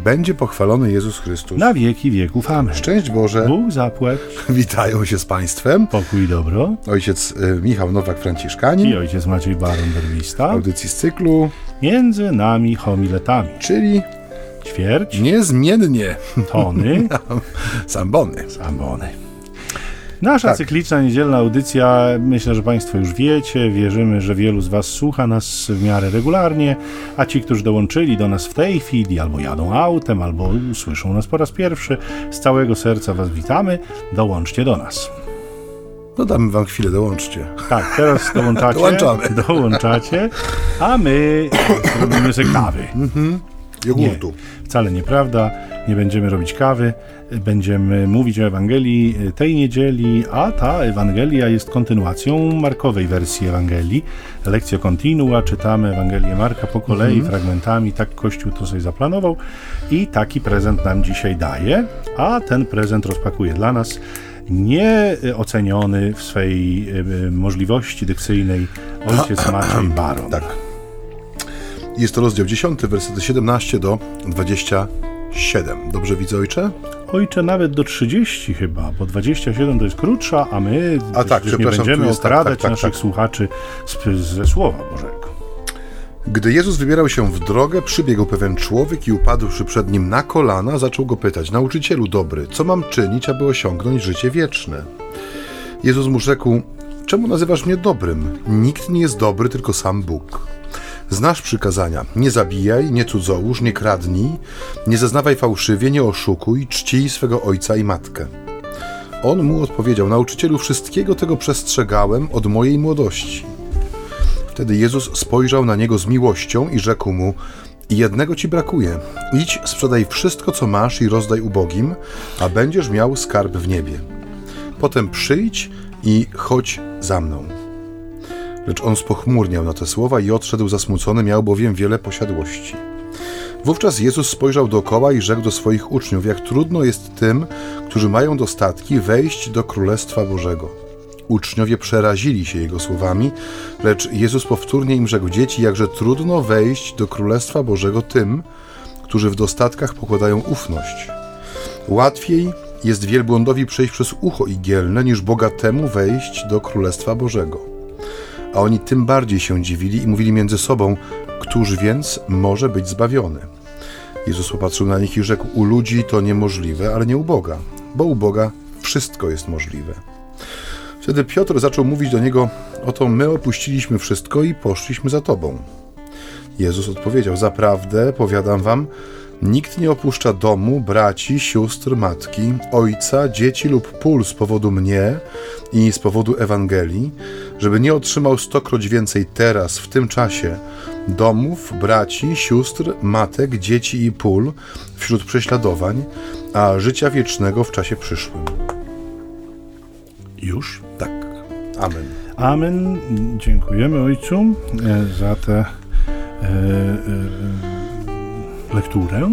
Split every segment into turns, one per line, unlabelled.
będzie pochwalony Jezus Chrystus.
Na wieki wieków. Amen.
Szczęść Boże.
Bóg zapłać.
Witają się z Państwem.
Pokój i dobro.
Ojciec Michał Nowak-Franciszkanin.
I ojciec Maciej Baron-Derwista.
Audycji z cyklu
Między nami homiletami.
Czyli
ćwierć.
Niezmiennie.
Tony.
Sambony.
Nasza cykliczna niedzielna audycja, myślę, że Państwo już wiecie, wierzymy, że wielu z Was słucha nas w miarę regularnie, a ci, którzy dołączyli do nas w tej chwili, albo jadą autem, albo usłyszą nas po raz pierwszy, z całego serca Was witamy, dołączcie do nas.
No damy Wam chwilę, dołączcie.
Tak, teraz dołączacie, a my robimy sobie kawy.
Jogurtu.
Nie, wcale nieprawda, nie będziemy robić kawy, będziemy mówić o Ewangelii tej niedzieli, a ta Ewangelia jest kontynuacją markowej wersji Ewangelii. Lectio continua, czytamy Ewangelię Marka po kolei, fragmentami, tak Kościół to sobie zaplanował i taki prezent nam dzisiaj daje, a ten prezent rozpakuje dla nas nieoceniony w swej możliwości dykcyjnej ojciec Maciej Baron.
Tak. Jest to rozdział 10, wersety 17 do 27. Dobrze widzę, ojcze?
Ojcze, nawet do 30 chyba, bo 27 to jest krótsza, a my nie będziemy okradać naszych słuchaczy ze Słowa Bożego.
Gdy Jezus wybierał się w drogę, przybiegł pewien człowiek i upadłszy przed nim na kolana, zaczął go pytać: Nauczycielu dobry, co mam czynić, aby osiągnąć życie wieczne? Jezus mu rzekł: czemu nazywasz mnie dobrym? Nikt nie jest dobry, tylko sam Bóg. Znasz przykazania: nie zabijaj, nie cudzołóż, nie kradnij, nie zeznawaj fałszywie, nie oszukuj, czcij swego ojca i matkę. On mu odpowiedział: Nauczycielu, wszystkiego tego przestrzegałem od mojej młodości. Wtedy Jezus spojrzał na niego z miłością i rzekł mu: jednego ci brakuje. Idź, sprzedaj wszystko, co masz i rozdaj ubogim, a będziesz miał skarb w niebie. Potem przyjdź i chodź za mną. Lecz on spochmurniał na te słowa i odszedł zasmucony, miał bowiem wiele posiadłości. Wówczas Jezus spojrzał dookoła i rzekł do swoich uczniów: jak trudno jest tym, którzy mają dostatki, wejść do Królestwa Bożego. Uczniowie przerazili się Jego słowami, lecz Jezus powtórnie im rzekł: dzieci, jakże trudno wejść do Królestwa Bożego tym, którzy w dostatkach pokładają ufność. Łatwiej jest wielbłądowi przejść przez ucho igielne, niż bogatemu wejść do Królestwa Bożego. A oni tym bardziej się dziwili i mówili między sobą: któż więc może być zbawiony? Jezus popatrzył na nich i rzekł: u ludzi to niemożliwe, ale nie u Boga, bo u Boga wszystko jest możliwe. Wtedy Piotr zaczął mówić do niego: oto my opuściliśmy wszystko i poszliśmy za Tobą. Jezus odpowiedział: zaprawdę, powiadam wam, nikt nie opuszcza domu, braci, sióstr, matki, ojca, dzieci lub pól z powodu mnie i z powodu Ewangelii, żeby nie otrzymał 100-kroć więcej teraz, w tym czasie, domów, braci, sióstr, matek, dzieci i pól wśród prześladowań, a życia wiecznego w czasie przyszłym.
Już?
Tak. Amen.
Amen. Dziękujemy Ojcu za tę lekturę.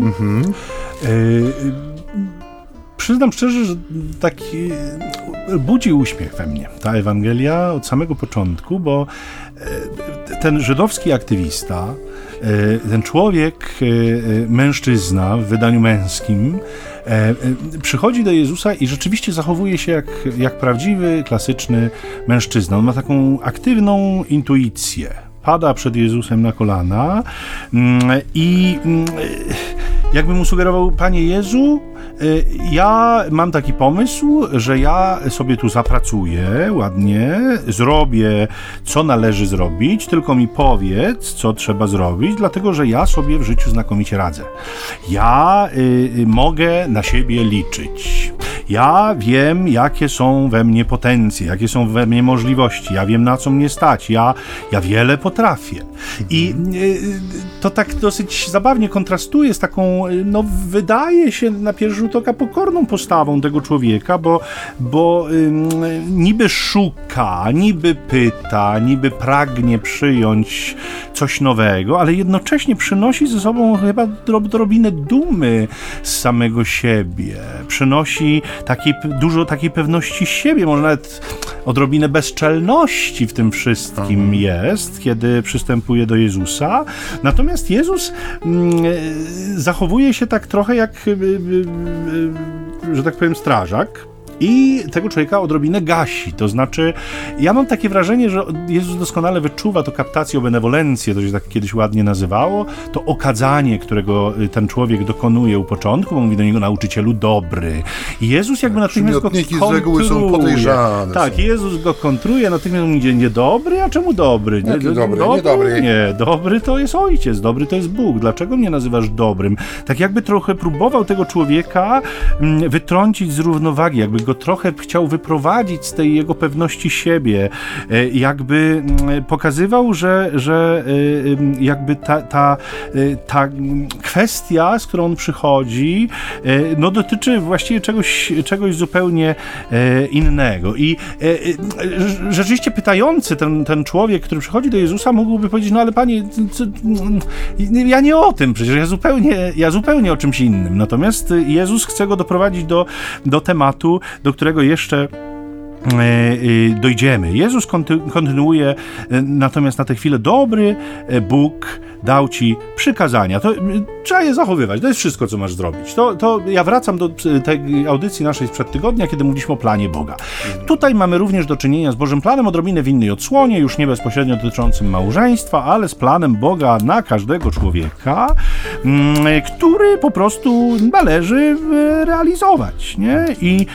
Przyznam szczerze, że taki budzi uśmiech we mnie ta Ewangelia od samego początku, bo ten żydowski aktywista, ten człowiek, mężczyzna w wydaniu męskim, przychodzi do Jezusa i rzeczywiście zachowuje się jak prawdziwy, klasyczny mężczyzna. On ma taką aktywną intuicję. Pada przed Jezusem na kolana i jakby mu sugerował: Panie Jezu, ja mam taki pomysł, że ja sobie tu zapracuję ładnie, zrobię, co należy zrobić, tylko mi powiedz, co trzeba zrobić, dlatego że ja sobie w życiu znakomicie radzę. Ja mogę na siebie liczyć. Ja wiem, jakie są we mnie potencje, jakie są we mnie możliwości. Ja wiem, na co mnie stać. Ja wiele potrafię. I to tak dosyć zabawnie kontrastuje z taką, wydaje się na pierwszy rzut oka pokorną postawą tego człowieka, bo niby szuka, niby pyta, niby pragnie przyjąć coś nowego, ale jednocześnie przynosi ze sobą chyba odrobinę dumy z samego siebie. Przynosi dużo takiej pewności siebie, może nawet odrobinę bezczelności w tym wszystkim jest, kiedy przystępuje do Jezusa. Natomiast Jezus zachowuje się tak trochę jak, że tak powiem, strażak. I tego człowieka odrobinę gasi. To znaczy, ja mam takie wrażenie, że Jezus doskonale wyczuwa to captatio benevolencję, to się tak kiedyś ładnie nazywało, to okadzanie, którego ten człowiek dokonuje u początku, bo mówi do niego nauczycielu dobry. I Jezus jakby natychmiast go kontruje.
Z reguły są podejrzane.
Tak, Jezus go kontruje, natychmiast mówi, nie dobry, a czemu dobry?
Niedobry.
Nie, dobry to jest Ojciec, dobry to jest Bóg. Dlaczego mnie nazywasz dobrym? Tak jakby trochę próbował tego człowieka wytrącić z równowagi, jakby go trochę chciał wyprowadzić z tej jego pewności siebie, jakby pokazywał, że jakby ta kwestia, z którą on przychodzi, no dotyczy właściwie czegoś zupełnie innego. I rzeczywiście pytający ten człowiek, który przychodzi do Jezusa, mógłby powiedzieć, no ale Panie, ja nie o tym, przecież ja zupełnie o czymś innym. Natomiast Jezus chce go doprowadzić do tematu, do którego jeszcze dojdziemy. Jezus kontynuuje natomiast na tę chwilę: dobry Bóg dał ci przykazania. To trzeba je zachowywać. To jest wszystko, co masz zrobić. To ja wracam do tej audycji naszej sprzed tygodnia, kiedy mówiliśmy o planie Boga. Tutaj mamy również do czynienia z Bożym planem, odrobinę w innej odsłonie, już nie bezpośrednio dotyczącym małżeństwa, ale z planem Boga na każdego człowieka, który po prostu należy realizować, nie? I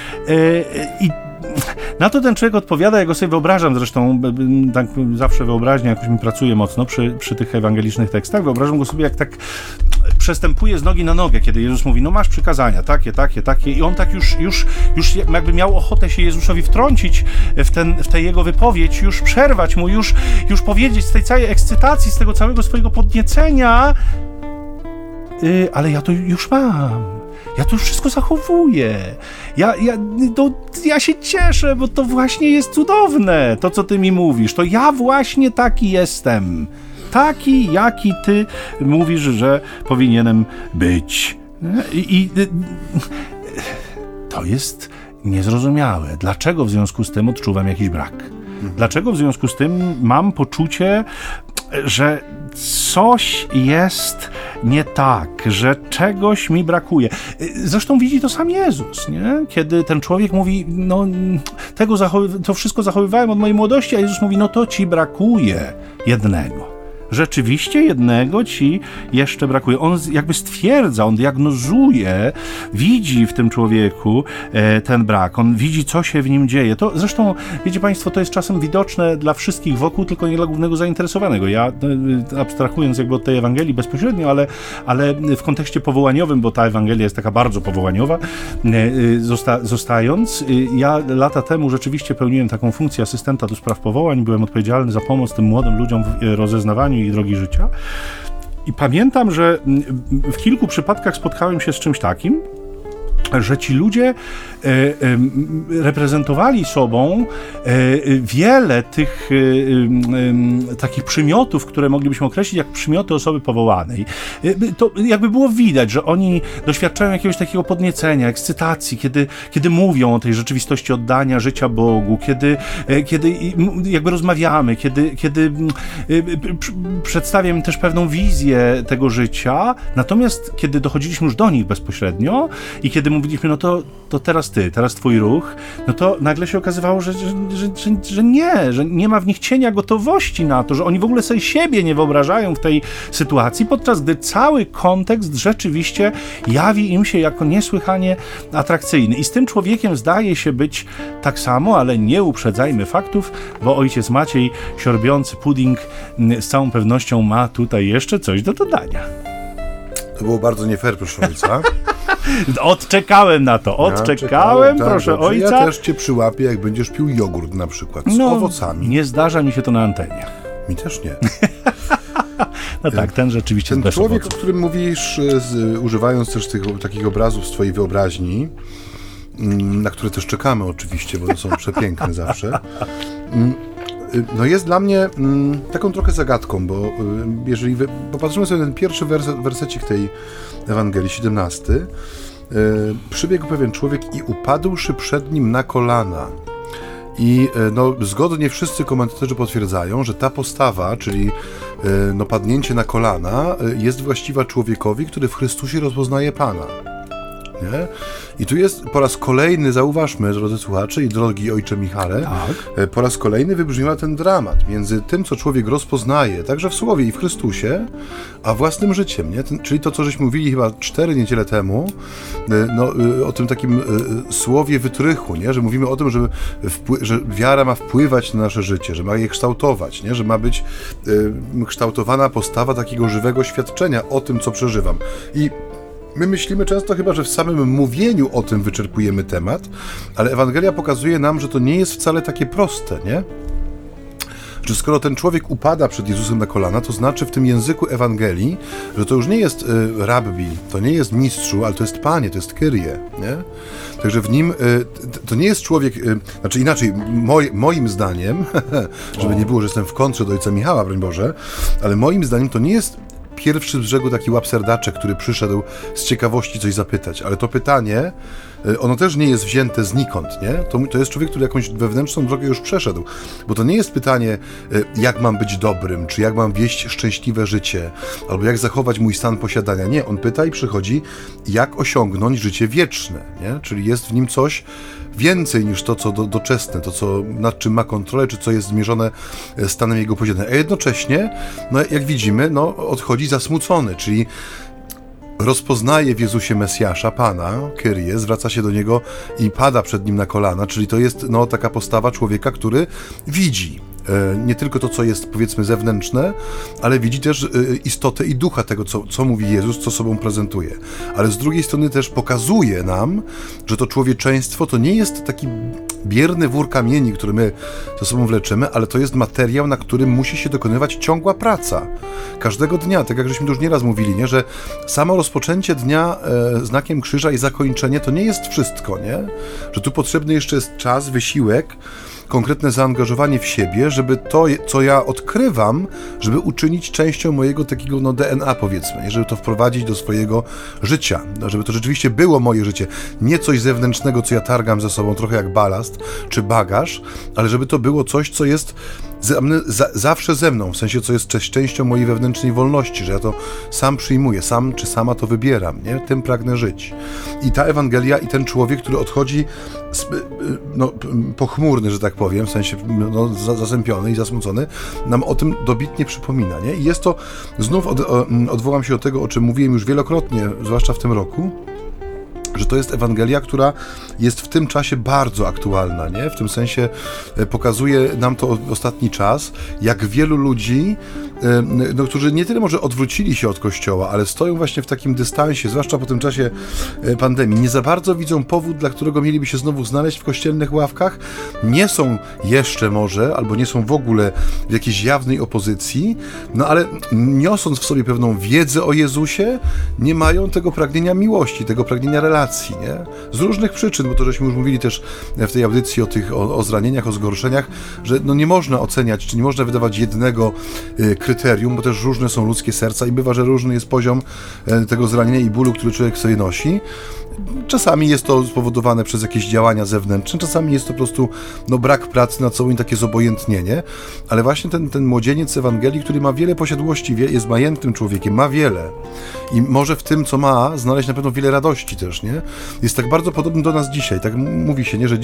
na to ten człowiek odpowiada, ja go sobie wyobrażam, zresztą tak zawsze wyobraźnia jakoś mi pracuje mocno przy tych ewangelicznych tekstach, wyobrażam go sobie, jak tak przestępuje z nogi na nogę, kiedy Jezus mówi, no masz przykazania, takie i on tak już jakby miał ochotę się Jezusowi wtrącić w tę jego wypowiedź, już przerwać mu, już powiedzieć z tej całej ekscytacji, z tego całego swojego podniecenia, ale ja to już mam. Ja to już wszystko zachowuję. Ja się cieszę, bo to właśnie jest cudowne, to co ty mi mówisz. To ja właśnie taki jestem. Taki, jaki ty mówisz, że powinienem być. I to jest niezrozumiałe. Dlaczego w związku z tym odczuwam jakiś brak? Dlaczego w związku z tym mam poczucie, że coś jest nie tak, że czegoś mi brakuje. Zresztą widzi to sam Jezus, nie? Kiedy ten człowiek mówi, no to wszystko zachowywałem od mojej młodości, a Jezus mówi, no to ci brakuje jednego. Rzeczywiście jednego ci jeszcze brakuje. On jakby stwierdza, on diagnozuje, widzi w tym człowieku ten brak, on widzi, co się w nim dzieje. To zresztą, wiecie Państwo, to jest czasem widoczne dla wszystkich wokół, tylko nie dla głównego zainteresowanego. Ja, abstrahując jakby od tej Ewangelii bezpośrednio, ale w kontekście powołaniowym, bo ta Ewangelia jest taka bardzo powołaniowa, zostając, ja lata temu rzeczywiście pełniłem taką funkcję asystenta do spraw powołań, byłem odpowiedzialny za pomoc tym młodym ludziom w rozeznawaniu ich drogi życia. I pamiętam, że w kilku przypadkach spotkałem się z czymś takim, że ci ludzie reprezentowali sobą wiele tych takich przymiotów, które moglibyśmy określić jak przymioty osoby powołanej. To jakby było widać, że oni doświadczają jakiegoś takiego podniecenia, ekscytacji, kiedy mówią o tej rzeczywistości oddania życia Bogu, kiedy jakby rozmawiamy, kiedy przedstawiam im też pewną wizję tego życia, natomiast kiedy dochodziliśmy już do nich bezpośrednio i kiedy mówiliśmy, no to teraz teraz twój ruch, no to nagle się okazywało, że nie ma w nich cienia gotowości na to, że oni w ogóle sobie siebie nie wyobrażają w tej sytuacji, podczas gdy cały kontekst rzeczywiście jawi im się jako niesłychanie atrakcyjny. I z tym człowiekiem zdaje się być tak samo, ale nie uprzedzajmy faktów, bo ojciec Maciej, siorbiący pudding, z całą pewnością ma tutaj jeszcze coś do dodania.
To było bardzo nie fair, proszę ojca.
Odczekałem na to, proszę
dobrze.
ojca.
Ja też cię przyłapię, jak będziesz pił jogurt na przykład z owocami.
Nie zdarza mi się to na antenie.
Mi też nie.
No tak, ten rzeczywiście
ten
bez
człowiek,
owoców.
o którym mówisz, używając też takich obrazów z twojej wyobraźni, na które też czekamy oczywiście, bo to są przepiękne zawsze, no jest dla mnie taką trochę zagadką, bo jeżeli popatrzymy sobie na ten pierwszy wersecik tej Ewangelii, 17, przybiegł pewien człowiek i upadłszy przed nim na kolana. I zgodnie wszyscy komentatorzy potwierdzają, że ta postawa, czyli padnięcie na kolana, jest właściwa człowiekowi, który w Chrystusie rozpoznaje Pana. Nie? I tu jest po raz kolejny, zauważmy, drodzy słuchacze i drogi ojcze Michale, tak. Po raz kolejny wybrzmiewa ten dramat między tym, co człowiek rozpoznaje, także w Słowie i w Chrystusie, a własnym życiem. Nie? Czyli to, co żeśmy mówili chyba 4 niedziele temu, o tym takim słowie wytrychu, nie? Że mówimy o tym, że wiara ma wpływać na nasze życie, że ma je kształtować, nie? Że ma być kształtowana postawa takiego żywego świadczenia o tym, co przeżywam. I my myślimy często chyba, że w samym mówieniu o tym wyczerpujemy temat, ale Ewangelia pokazuje nam, że to nie jest wcale takie proste, nie? Że skoro ten człowiek upada przed Jezusem na kolana, to znaczy w tym języku Ewangelii, że to już nie jest rabbi, to nie jest mistrzu, ale to jest Panie, to jest Kyrie, nie? Także w nim to nie jest człowiek, znaczy inaczej, moim zdaniem, żeby nie było, że jestem w kontrze do ojca Michała, broń Boże, ale moim zdaniem to nie jest pierwszy z brzegu taki łapserdaczek, który przyszedł z ciekawości coś zapytać, ale to pytanie, ono też nie jest wzięte znikąd, nie? To jest człowiek, który jakąś wewnętrzną drogę już przeszedł, bo to nie jest pytanie, jak mam być dobrym, czy jak mam wieść szczęśliwe życie, albo jak zachować mój stan posiadania. Nie, on pyta i przychodzi, jak osiągnąć życie wieczne, nie? Czyli jest w nim coś więcej niż to, co doczesne, to, co, nad czym ma kontrolę, czy co jest zmierzone stanem jego posiadania. A jednocześnie, jak widzimy, odchodzi zasmucony, czyli rozpoznaje w Jezusie Mesjasza, Pana, Kyrie, zwraca się do Niego i pada przed Nim na kolana, czyli to jest taka postawa człowieka, który widzi nie tylko to, co jest, powiedzmy, zewnętrzne, ale widzi też istotę i ducha tego, co mówi Jezus, co sobą prezentuje. Ale z drugiej strony też pokazuje nam, że to człowieczeństwo to nie jest taki bierny wór kamieni, który my ze sobą wleczymy, ale to jest materiał, na którym musi się dokonywać ciągła praca. Każdego dnia, tak jak żeśmy już nieraz mówili, nie? Że samo rozpoczęcie dnia znakiem krzyża i zakończenie to nie jest wszystko, nie? Że tu potrzebny jeszcze jest czas, wysiłek, konkretne zaangażowanie w siebie, żeby to, co ja odkrywam, żeby uczynić częścią mojego takiego DNA, powiedzmy, żeby to wprowadzić do swojego życia, żeby to rzeczywiście było moje życie, nie coś zewnętrznego, co ja targam ze sobą, trochę jak balast czy bagaż, ale żeby to było coś, co jest zawsze ze mną, w sensie, co jest częścią mojej wewnętrznej wolności, że ja to sam przyjmuję, sam czy sama to wybieram, nie? Tym pragnę żyć. I ta Ewangelia i ten człowiek, który odchodzi pochmurny, że tak powiem, w sensie zasępiony i zasmucony, nam o tym dobitnie przypomina, nie? I jest to, znów odwołam się do tego, o czym mówiłem już wielokrotnie, zwłaszcza w tym roku, że to jest Ewangelia, która jest w tym czasie bardzo aktualna, nie? W tym sensie pokazuje nam to ostatni czas, jak wielu ludzi, którzy nie tyle może odwrócili się od Kościoła, ale stoją właśnie w takim dystansie, zwłaszcza po tym czasie pandemii, nie za bardzo widzą powód, dla którego mieliby się znowu znaleźć w kościelnych ławkach, nie są jeszcze może, albo nie są w ogóle w jakiejś jawnej opozycji, ale niosąc w sobie pewną wiedzę o Jezusie, nie mają tego pragnienia miłości, tego pragnienia relacji, nie? Z różnych przyczyn, bo to żeśmy już mówili też w tej audycji o zranieniach, o zgorszeniach, że nie można oceniać, czy nie można wydawać jednego kryterium, bo też różne są ludzkie serca i bywa, że różny jest poziom tego zranienia i bólu, który człowiek sobie nosi. Czasami jest to spowodowane przez jakieś działania zewnętrzne, czasami jest to po prostu brak pracy nad sobą i takie zobojętnienie, ale właśnie ten młodzieniec Ewangelii, który ma wiele posiadłości, jest majętnym człowiekiem, ma wiele i może w tym, co ma, znaleźć na pewno wiele radości też, nie? Jest tak bardzo podobny do nas dzisiaj, tak mówi się, nie? Że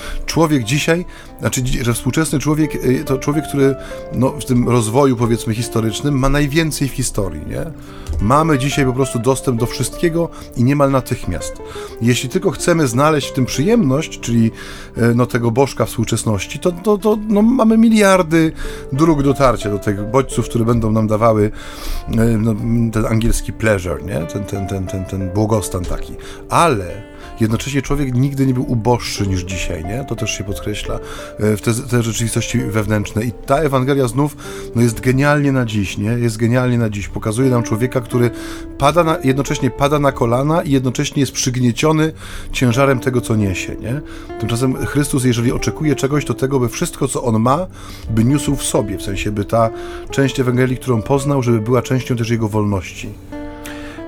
że współczesny człowiek to człowiek, który w tym rozwoju, powiedzmy, historycznym ma najwięcej w historii, nie? Mamy dzisiaj po prostu dostęp do wszystkiego i niemal natychmiast. Jeśli tylko chcemy znaleźć w tym przyjemność, czyli tego bożka współczesności, to mamy miliardy dróg dotarcia do tych bodźców, które będą nam dawały ten angielski pleasure, nie? Ten błogostan taki. Ale jednocześnie człowiek nigdy nie był uboższy niż dzisiaj, nie? To też się podkreśla w te rzeczywistości wewnętrzne. I ta Ewangelia znów jest genialnie na dziś, nie? Jest genialnie na dziś. Pokazuje nam człowieka, który jednocześnie pada na kolana i jednocześnie jest przygnieciony ciężarem tego, co niesie, nie? Tymczasem Chrystus, jeżeli oczekuje czegoś, to tego, by wszystko, co On ma, by niósł w sobie, w sensie, by ta część Ewangelii, którą poznał, żeby była częścią też Jego wolności.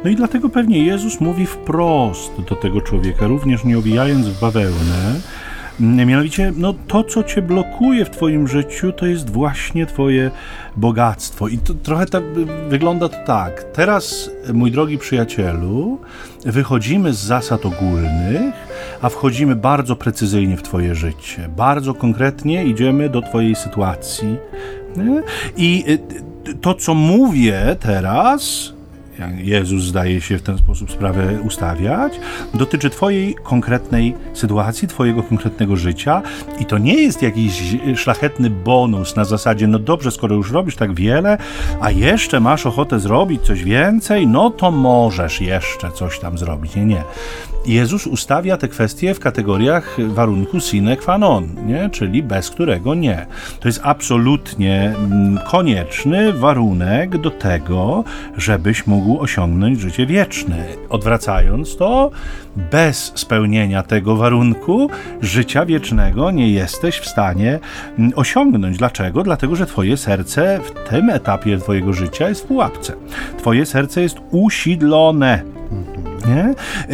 No i dlatego pewnie Jezus mówi wprost do tego człowieka, również nie owijając w bawełnę, mianowicie, to, co cię blokuje w twoim życiu, to jest właśnie twoje bogactwo. I to trochę tak wygląda to tak. Teraz, mój drogi przyjacielu, wychodzimy z zasad ogólnych, a wchodzimy bardzo precyzyjnie w twoje życie. Bardzo konkretnie idziemy do twojej sytuacji. Nie? I to, co mówię teraz, Jezus zdaje się w ten sposób sprawę ustawiać, dotyczy twojej konkretnej sytuacji, twojego konkretnego życia i to nie jest jakiś szlachetny bonus na zasadzie, dobrze, skoro już robisz tak wiele, a jeszcze masz ochotę zrobić coś więcej, to możesz jeszcze coś tam zrobić. Nie. Jezus ustawia te kwestie w kategoriach warunku sine qua non, nie? Czyli bez którego nie. To jest absolutnie konieczny warunek do tego, żebyś mógł osiągnąć życie wieczne. Odwracając to, bez spełnienia tego warunku życia wiecznego nie jesteś w stanie osiągnąć. Dlaczego? Dlatego, że twoje serce w tym etapie twojego życia jest w pułapce. Twoje serce jest usidlone. Nie?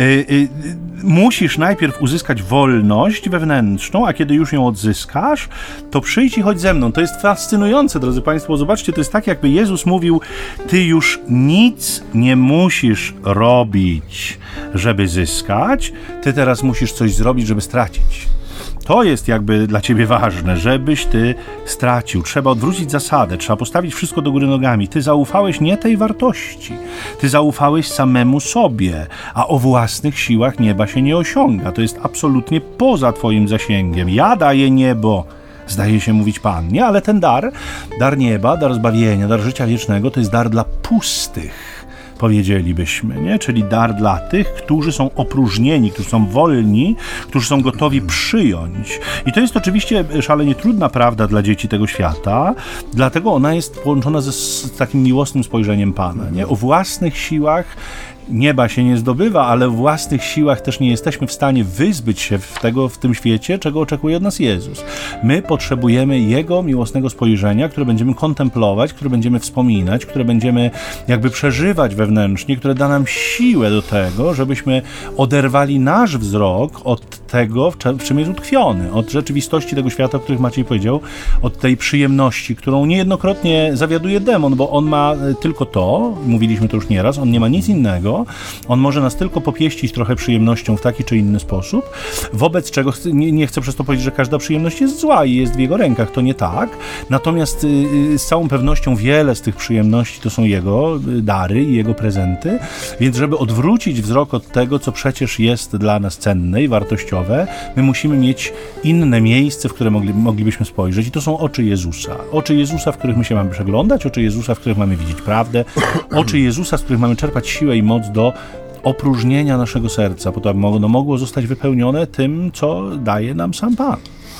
Musisz najpierw uzyskać wolność wewnętrzną, a kiedy już ją odzyskasz, to przyjdź i chodź ze mną. To jest fascynujące, drodzy Państwo. Zobaczcie, to jest tak, jakby Jezus mówił, ty już nic nie musisz robić, żeby zyskać, ty teraz musisz coś zrobić, żeby stracić. To jest jakby dla ciebie ważne, żebyś ty stracił. Trzeba odwrócić zasadę, trzeba postawić wszystko do góry nogami. Ty zaufałeś nie tej wartości. Ty zaufałeś samemu sobie, a o własnych siłach nieba się nie osiąga. To jest absolutnie poza twoim zasięgiem. Ja daję niebo, zdaje się mówić Pan, nie? Ale ten dar nieba, dar zbawienia, dar życia wiecznego, to jest dar dla pustych, powiedzielibyśmy, nie? Czyli dar dla tych, którzy są opróżnieni, którzy są wolni, którzy są gotowi przyjąć. I to jest oczywiście szalenie trudna prawda dla dzieci tego świata, dlatego ona jest połączona z takim miłosnym spojrzeniem Pana, nie? O własnych siłach nieba się nie zdobywa, ale w własnych siłach też nie jesteśmy w stanie wyzbyć się w tym świecie, czego oczekuje od nas Jezus. My potrzebujemy Jego miłosnego spojrzenia, które będziemy kontemplować, które będziemy wspominać, które będziemy jakby przeżywać wewnętrznie, które da nam siłę do tego, żebyśmy oderwali nasz wzrok od tego, w czym jest utkwiony, od rzeczywistości tego świata, o których Maciej powiedział, od tej przyjemności, którą niejednokrotnie zawiaduje demon, bo on ma tylko to, mówiliśmy to już nieraz, on nie ma nic innego, on może nas tylko popieścić trochę przyjemnością w taki czy inny sposób, wobec czego nie chcę przez to powiedzieć, że każda przyjemność jest zła i jest w jego rękach, to nie tak, natomiast z całą pewnością wiele z tych przyjemności to są jego dary i jego prezenty, więc żeby odwrócić wzrok od tego, co przecież jest dla nas cenne i wartościowe, my musimy mieć inne miejsce, w które moglibyśmy spojrzeć i to są oczy Jezusa. Oczy Jezusa, w których my się mamy przeglądać, oczy Jezusa, w których mamy widzieć prawdę, oczy Jezusa, z których mamy czerpać siłę i moc do opróżnienia naszego serca, po to, aby mogło zostać wypełnione tym, co daje nam sam Pan.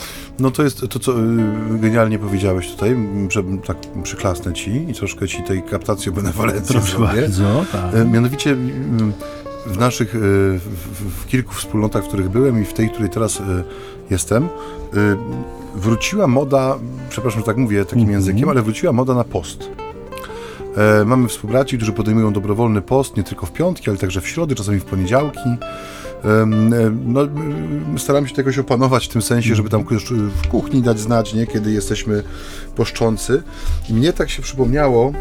No to jest to, co genialnie powiedziałeś tutaj, tak przyklasnę ci i troszkę ci tej kaptacji benewolencji zrobię.
Bardzo, tak.
Mianowicie w naszych, w kilku wspólnotach, w których byłem i w tej, której teraz jestem, wróciła moda, przepraszam, że tak mówię takim językiem, ale wróciła moda na post. Mamy współbraci, którzy podejmują dobrowolny post, nie tylko w piątki, ale także w środy, czasami w poniedziałki. Staramy się to jakoś opanować w tym sensie, żeby tam w kuchni dać znać, nie, kiedy jesteśmy poszczący. I mnie tak się przypomniało,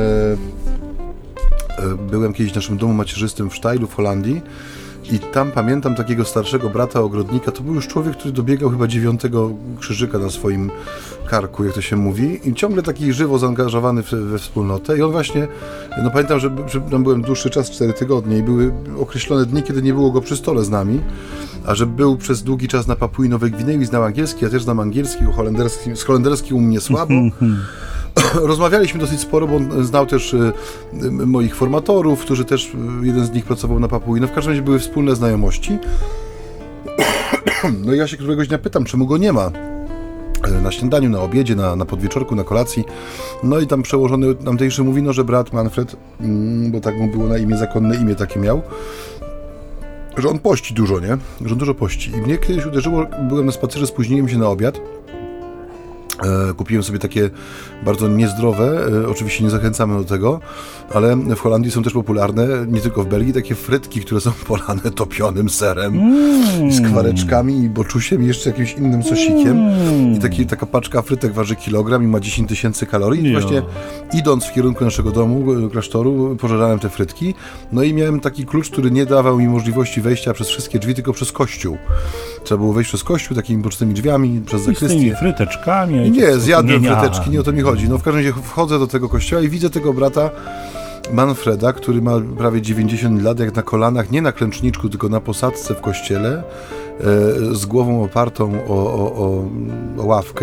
byłem kiedyś w naszym domu macierzystym w Sztajlu w Holandii i tam pamiętam takiego starszego brata ogrodnika, to był już człowiek, który dobiegał chyba 9 krzyżyka na swoim karku, jak to się mówi, i ciągle taki żywo zaangażowany we wspólnotę i on właśnie, pamiętam, że tam byłem dłuższy czas, 4 tygodnie i były określone dni, kiedy nie było go przy stole z nami, a że był przez długi czas na Papui Nowej Gwinei, znał angielski, ja też znam angielski, z holenderskim u mnie słabo. Rozmawialiśmy dosyć sporo, bo on znał też moich formatorów, którzy też, jeden z nich pracował na Papui. W każdym razie były wspólne znajomości. No i ja się któregoś dnia pytam, czemu go nie ma na śniadaniu, na obiedzie, na podwieczorku, na kolacji. No i tam przełożony tamtejszy mówi, że brat Manfred, bo tak mu było na imię, zakonne imię takie miał, że on pości dużo, nie? Że on dużo pości. I mnie kiedyś uderzyło, byłem na spacerze, spóźniłem się na obiad Kupiłem sobie takie bardzo niezdrowe, oczywiście nie zachęcamy do tego, ale w Holandii są też popularne, nie tylko w Belgii, takie frytki, które są polane topionym serem, z kwareczkami i boczusiem i jeszcze jakimś innym sosikiem. I taka paczka frytek waży kilogram i ma 10 000 kalorii. I właśnie idąc w kierunku naszego domu, klasztoru, pożerałem te frytki. No i miałem taki klucz, który nie dawał mi możliwości wejścia przez wszystkie drzwi, tylko przez kościół. Trzeba było wejść przez kościół takimi bocznymi drzwiami, przez zakrystię. Z tymi
fryteczkami.
Nie, zjadłem fryteczki, nie o to mi chodzi. No w każdym razie wchodzę do tego kościoła i widzę tego brata Manfreda, który ma prawie 90 lat, jak na kolanach, nie na klęczniczku, tylko na posadzce w kościele, z głową opartą o ławkę,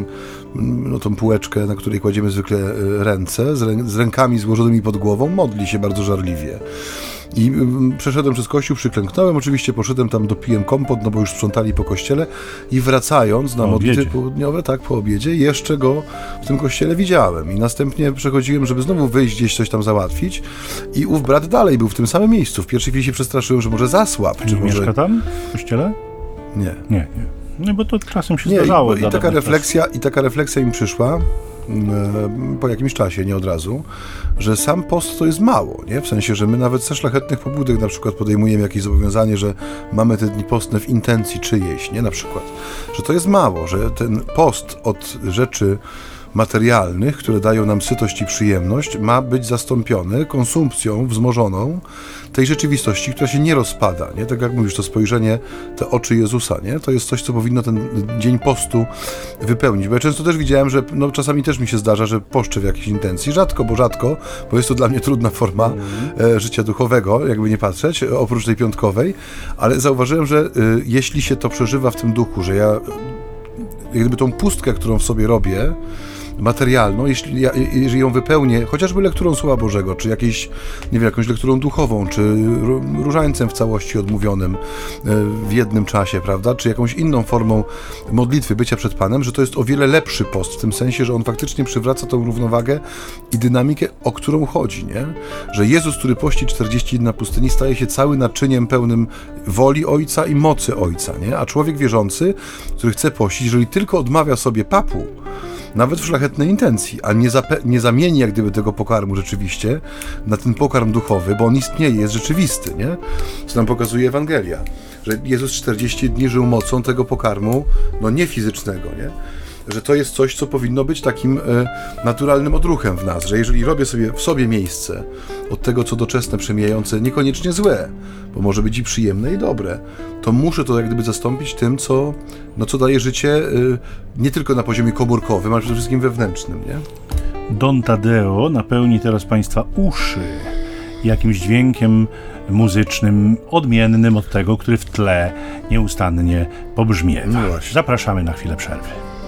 tą półeczkę, na której kładziemy zwykle ręce, z rękami złożonymi pod głową, modli się bardzo żarliwie. I przeszedłem przez kościół, przyklęknąłem, oczywiście poszedłem tam, dopiłem kompot, no bo już sprzątali po kościele i wracając na modlitwy południowe, tak, po obiedzie, jeszcze go w tym kościele widziałem i następnie przechodziłem, żeby znowu wyjść gdzieś coś tam załatwić i ów brat dalej był w tym samym miejscu. W pierwszej chwili się przestraszyłem, że może zasłabł. Czy może...
Mieszka tam w kościele?
Nie.
No bo to czasem się zdarzało.
I taka refleksja mi przyszła po jakimś czasie, nie od razu, że sam post to jest mało, nie? W sensie, że my nawet ze szlachetnych pobudek na przykład podejmujemy jakieś zobowiązanie, że mamy te dni postne w intencji czyjejś, nie? Na przykład, że to jest mało, że ten post od rzeczy materialnych, które dają nam sytość i przyjemność, ma być zastąpiony konsumpcją wzmożoną tej rzeczywistości, która się nie rozpada, nie? Tak jak mówisz, to spojrzenie, te oczy Jezusa, nie? To jest coś, co powinno ten dzień postu wypełnić, bo ja często też widziałem, że czasami też mi się zdarza, że poszczę w jakiejś intencji, rzadko, bo jest to dla mnie trudna forma życia duchowego, jakby nie patrzeć, oprócz tej piątkowej, ale zauważyłem, że jeśli się to przeżywa w tym duchu, że ja jakby tą pustkę, którą w sobie robię, materialną, jeżeli ją wypełnię chociażby lekturą Słowa Bożego, czy jakąś lekturą duchową, czy różańcem w całości odmówionym w jednym czasie, prawda, czy jakąś inną formą modlitwy, bycia przed Panem, że to jest o wiele lepszy post, w tym sensie, że on faktycznie przywraca tą równowagę i dynamikę, o którą chodzi, nie? Że Jezus, który pości 40 dni na pustyni, staje się cały naczyniem pełnym woli Ojca i mocy Ojca, nie? A człowiek wierzący, który chce pościć, jeżeli tylko odmawia sobie papu, nawet w szlachetnej intencji, a nie zamieni jak gdyby tego pokarmu rzeczywiście na ten pokarm duchowy, bo on istnieje, jest rzeczywisty, nie? Co nam pokazuje Ewangelia, że Jezus 40 dni żył mocą tego pokarmu, nie fizycznego, nie? Że to jest coś, co powinno być takim naturalnym odruchem w nas, że jeżeli robię sobie w sobie miejsce od tego, co doczesne, przemijające, niekoniecznie złe, bo może być i przyjemne, i dobre, to muszę to jak gdyby zastąpić tym, co daje życie nie tylko na poziomie komórkowym, ale przede wszystkim wewnętrznym, nie?
Don Tadeo napełni teraz Państwa uszy jakimś dźwiękiem muzycznym, odmiennym od tego, który w tle nieustannie pobrzmiewa.
No właśnie.
Zapraszamy na chwilę przerwy.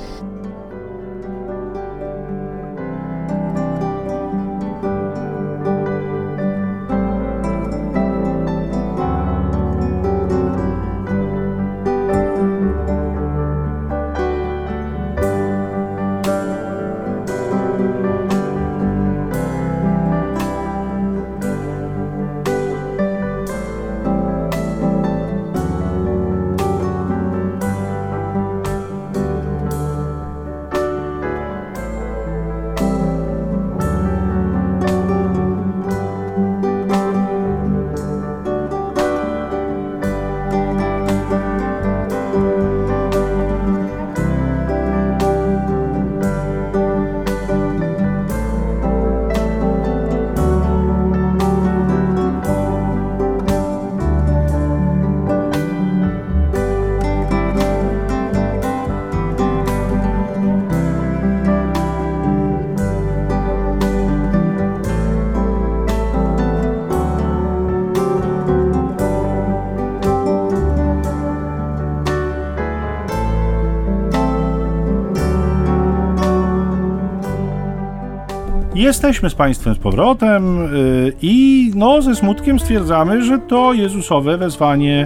Jesteśmy z Państwem z powrotem i ze smutkiem stwierdzamy, że to Jezusowe wezwanie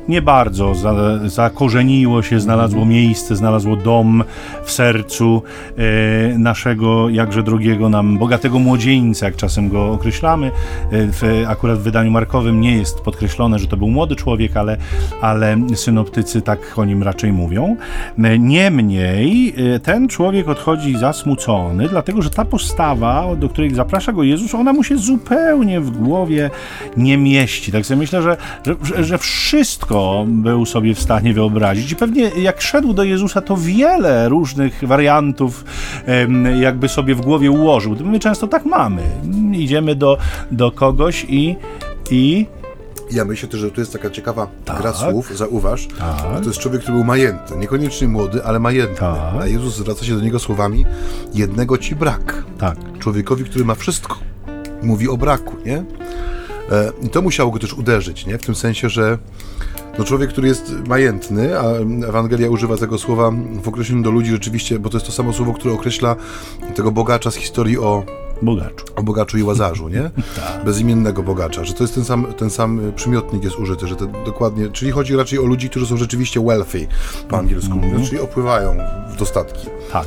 nie bardzo zakorzeniło się, znalazło miejsce, znalazło dom w sercu naszego jakże drogiego nam bogatego młodzieńca, jak czasem go określamy. Akurat w wydaniu markowym nie jest podkreślone, że to był młody człowiek, ale synoptycy tak o nim raczej mówią. Niemniej ten człowiek odchodzi zasmucony, dlatego że ta postawa, do której zaprasza go Jezus, ona mu się zupełnie w głowie nie mieści. Tak sobie myślę, że wszystko był sobie w stanie wyobrazić i pewnie jak szedł do Jezusa, to wiele różnych wariantów jakby sobie w głowie ułożył. My często tak mamy. Idziemy do kogoś i
ja myślę też, że to jest taka ciekawa gra słów, zauważ, że to jest człowiek, który był majętny, niekoniecznie młody, ale majętny. A Jezus zwraca się do niego słowami: jednego ci brak. Człowiekowi, który ma wszystko. Mówi o braku, nie? I to musiało go też uderzyć, nie? W tym sensie, że człowiek, który jest majętny, a Ewangelia używa tego słowa w określeniu do ludzi rzeczywiście, bo to jest to samo słowo, które określa tego bogacza z historii o bogaczu i Łazarzu, nie? Bezimiennego bogacza, że to jest ten sam przymiotnik jest użyty, że to dokładnie, czyli chodzi raczej o ludzi, którzy są rzeczywiście wealthy, po angielsku mówiąc, czyli opływają w dostatki.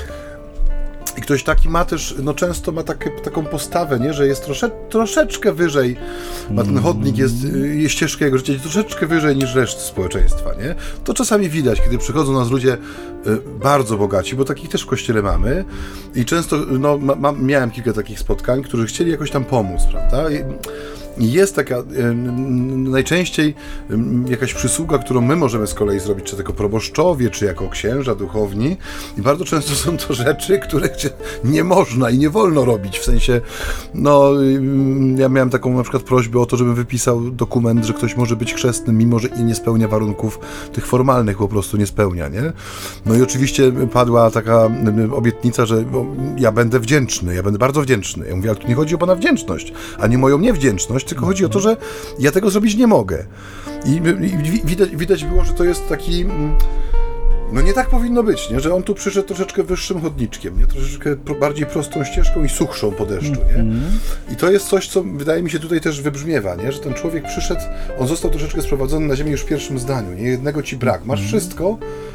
I ktoś taki ma też, często ma taką postawę, nie, że jest troszeczkę wyżej, ma ten chodnik, jest ścieżka jego życia troszeczkę wyżej niż reszty społeczeństwa, nie? To czasami widać, kiedy przychodzą nas ludzie bardzo bogaci, bo takich też w kościele mamy i często, miałem kilka takich spotkań, którzy chcieli jakoś tam pomóc, prawda? I jest taka najczęściej jakaś przysługa, którą my możemy z kolei zrobić, czy jako proboszczowie, czy jako księża, duchowni, i bardzo często są to rzeczy, których nie można i nie wolno robić, w sensie, ja miałem taką na przykład prośbę o to, żebym wypisał dokument, że ktoś może być chrzestnym, mimo że i nie spełnia warunków tych formalnych, po prostu nie spełnia, nie? No i oczywiście padła taka obietnica, że ja będę wdzięczny, ja będę bardzo wdzięczny. Ja mówię, ale tu nie chodzi o pana wdzięczność, a nie moją niewdzięczność, tylko chodzi o to, że ja tego zrobić nie mogę. I widać było, że to jest taki... nie tak powinno być, nie? Że on tu przyszedł troszeczkę wyższym chodniczkiem, nie? Troszeczkę bardziej prostą ścieżką i suchszą po deszczu, nie? I to jest coś, co wydaje mi się tutaj też wybrzmiewa, nie? Że ten człowiek przyszedł, on został troszeczkę sprowadzony na ziemię już w pierwszym zdaniu, nie? Jednego ci brak, masz wszystko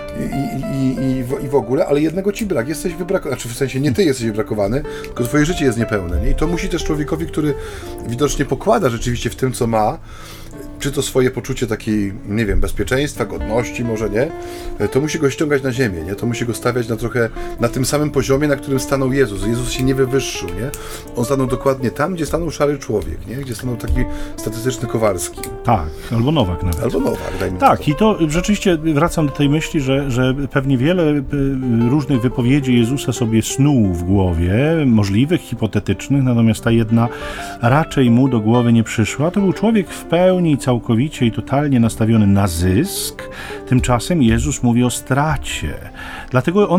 i w ogóle, ale jednego ci brak, jesteś wybrakowany, w sensie nie ty jesteś wybrakowany, tylko twoje życie jest niepełne, nie? I to musi też człowiekowi, który widocznie pokłada rzeczywiście w tym, co ma, czy to swoje poczucie takiej, nie wiem, bezpieczeństwa, godności może, nie? To musi go ściągać na ziemię, nie? To musi go stawiać na tym samym poziomie, na którym stanął Jezus. Jezus się nie wywyższył, nie? On stanął dokładnie tam, gdzie stanął szary człowiek, nie? Gdzie stanął taki statystyczny Kowalski.
Albo Nowak nawet.
Dajmy
i to rzeczywiście wracam do tej myśli, że pewnie wiele różnych wypowiedzi Jezusa sobie snuł w głowie, możliwych, hipotetycznych, natomiast ta jedna raczej mu do głowy nie przyszła. To był człowiek w pełni, całkowicie i totalnie nastawiony na zysk. Tymczasem Jezus mówi o stracie. Dlatego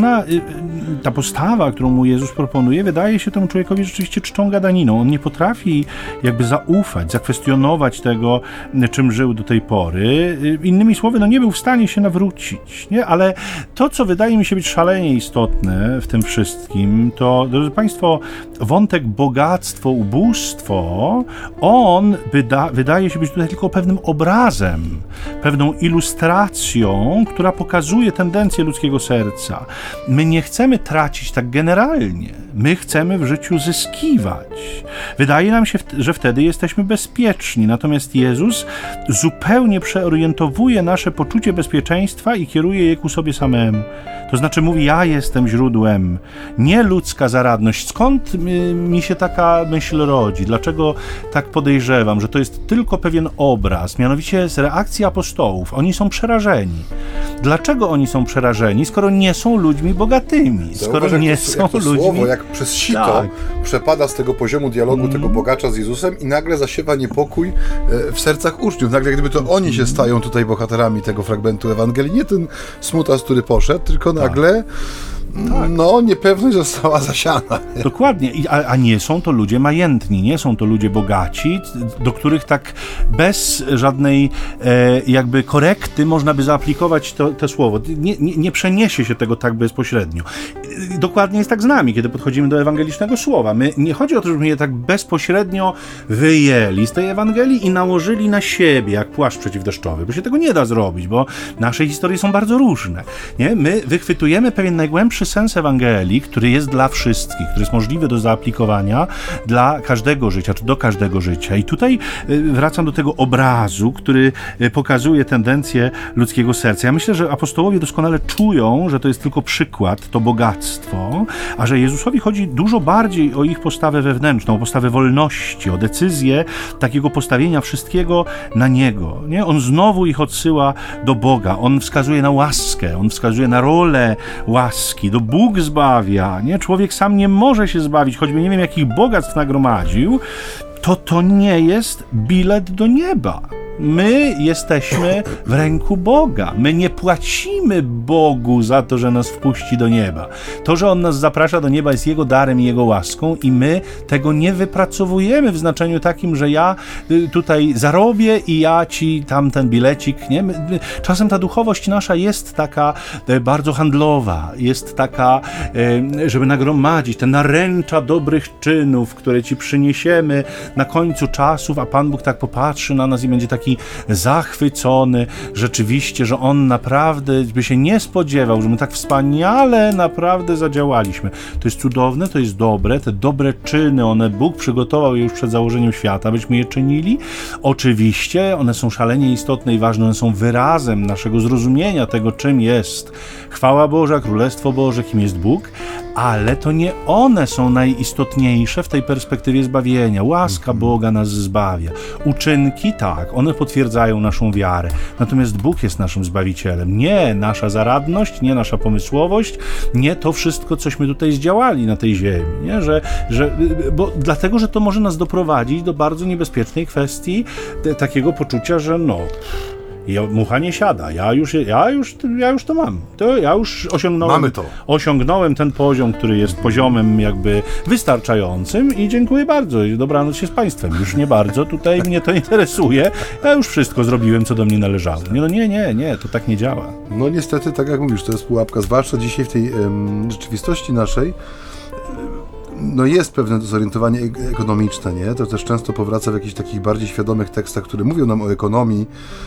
ta postawa, którą mu Jezus proponuje, wydaje się temu człowiekowi rzeczywiście czczą gadaniną. On nie potrafi jakby zaufać, zakwestionować tego, czym żył do tej pory. Innymi słowy, nie był w stanie się nawrócić, nie? Ale to, co wydaje mi się być szalenie istotne w tym wszystkim, to, drodzy Państwo, wątek bogactwo, ubóstwo, on wydaje się być tutaj tylko pewnym obrazem, pewną ilustracją, która pokazuje tendencję ludzkiego serca. My nie chcemy tracić tak generalnie. My chcemy w życiu zyskiwać. Wydaje nam się, że wtedy jesteśmy bezpieczni. Natomiast Jezus zupełnie przeorientowuje nasze poczucie bezpieczeństwa i kieruje je ku sobie samemu. To znaczy mówi, ja jestem źródłem, nie ludzka zaradność. Skąd mi się taka myśl rodzi? Dlaczego tak podejrzewam, że to jest tylko pewien obraz, mianowicie z reakcji apostołów. Oni są przerażeni. Dlaczego oni są przerażeni, skoro nie są ludźmi bogatymi? Skoro nie są ludźmi...
Słowo, jak przez sito przepada z tego poziomu dialogu tego bogacza z Jezusem i nagle zasiewa niepokój w sercach uczniów. Nagle gdyby to oni się stają tutaj bohaterami tego fragmentu Ewangelii. Nie ten smutas, który poszedł, tylko nagle no niepewność została zasiana.
Dokładnie, a nie są to ludzie majętni, nie są to ludzie bogaci, do których tak bez żadnej jakby korekty można by zaaplikować to słowo. Nie przeniesie się tego tak bezpośrednio. Dokładnie jest tak z nami, kiedy podchodzimy do ewangelicznego słowa. Nie chodzi o to, żebyśmy je tak bezpośrednio wyjęli z tej Ewangelii i nałożyli na siebie, jak płaszcz przeciwdeszczowy, bo się tego nie da zrobić, bo nasze historie są bardzo różne. Nie? My wychwytujemy pewien najgłębszy sens Ewangelii, który jest dla wszystkich, który jest możliwy do zaaplikowania dla każdego życia, czy do każdego życia. I tutaj wracam do tego obrazu, który pokazuje tendencję ludzkiego serca. Ja myślę, że apostołowie doskonale czują, że to jest tylko przykład, to bogactwo, a że Jezusowi chodzi dużo bardziej o ich postawę wewnętrzną, o postawę wolności, o decyzję takiego postawienia wszystkiego na Niego. Nie? On znowu ich odsyła do Boga. On wskazuje na łaskę, on wskazuje na rolę łaski. To Bóg zbawia. Nie? Człowiek sam nie może się zbawić, choćby nie wiem, jakich bogactw nagromadził. To nie jest bilet do nieba. My jesteśmy w ręku Boga. My nie płacimy Bogu za to, że nas wpuści do nieba. To, że On nas zaprasza do nieba, jest Jego darem i Jego łaską i my tego nie wypracowujemy w znaczeniu takim, że ja tutaj zarobię i ja ci tamten bilecik, nie? Czasem ta duchowość nasza jest taka bardzo handlowa, jest taka, żeby nagromadzić te naręcza dobrych czynów, które ci przyniesiemy na końcu czasów, a Pan Bóg tak popatrzy na nas i będzie taki zachwycony rzeczywiście, że On naprawdę by się nie spodziewał, że my tak wspaniale naprawdę zadziałaliśmy. To jest cudowne, to jest dobre, te dobre czyny, Bóg przygotował je już przed założeniem świata, byśmy je czynili. Oczywiście one są szalenie istotne i ważne, one są wyrazem naszego zrozumienia tego, czym jest chwała Boża, Królestwo Boże, kim jest Bóg, ale to nie one są najistotniejsze w tej perspektywie zbawienia. Łaska Boga nas zbawia. Uczynki, tak, one potwierdzają naszą wiarę. Natomiast Bóg jest naszym Zbawicielem. Nie nasza zaradność, nie nasza pomysłowość, nie to wszystko, cośmy tutaj zdziałali na tej ziemi. Nie? Bo dlatego, że to może nas doprowadzić do bardzo niebezpiecznej kwestii takiego poczucia, że mucha nie siada. Ja już to mam. Ja już osiągnąłem ten poziom, który jest poziomem jakby wystarczającym i dziękuję bardzo. Dobranoc się z Państwem. Już nie bardzo. Tutaj mnie to interesuje. Ja już wszystko zrobiłem, co do mnie należało. Nie, to tak nie działa.
No niestety, tak jak mówisz, to jest pułapka, zwłaszcza dzisiaj w tej rzeczywistości naszej. No jest pewne zorientowanie ekonomiczne, nie? To też często powraca w jakichś takich bardziej świadomych tekstach, które mówią nam o ekonomii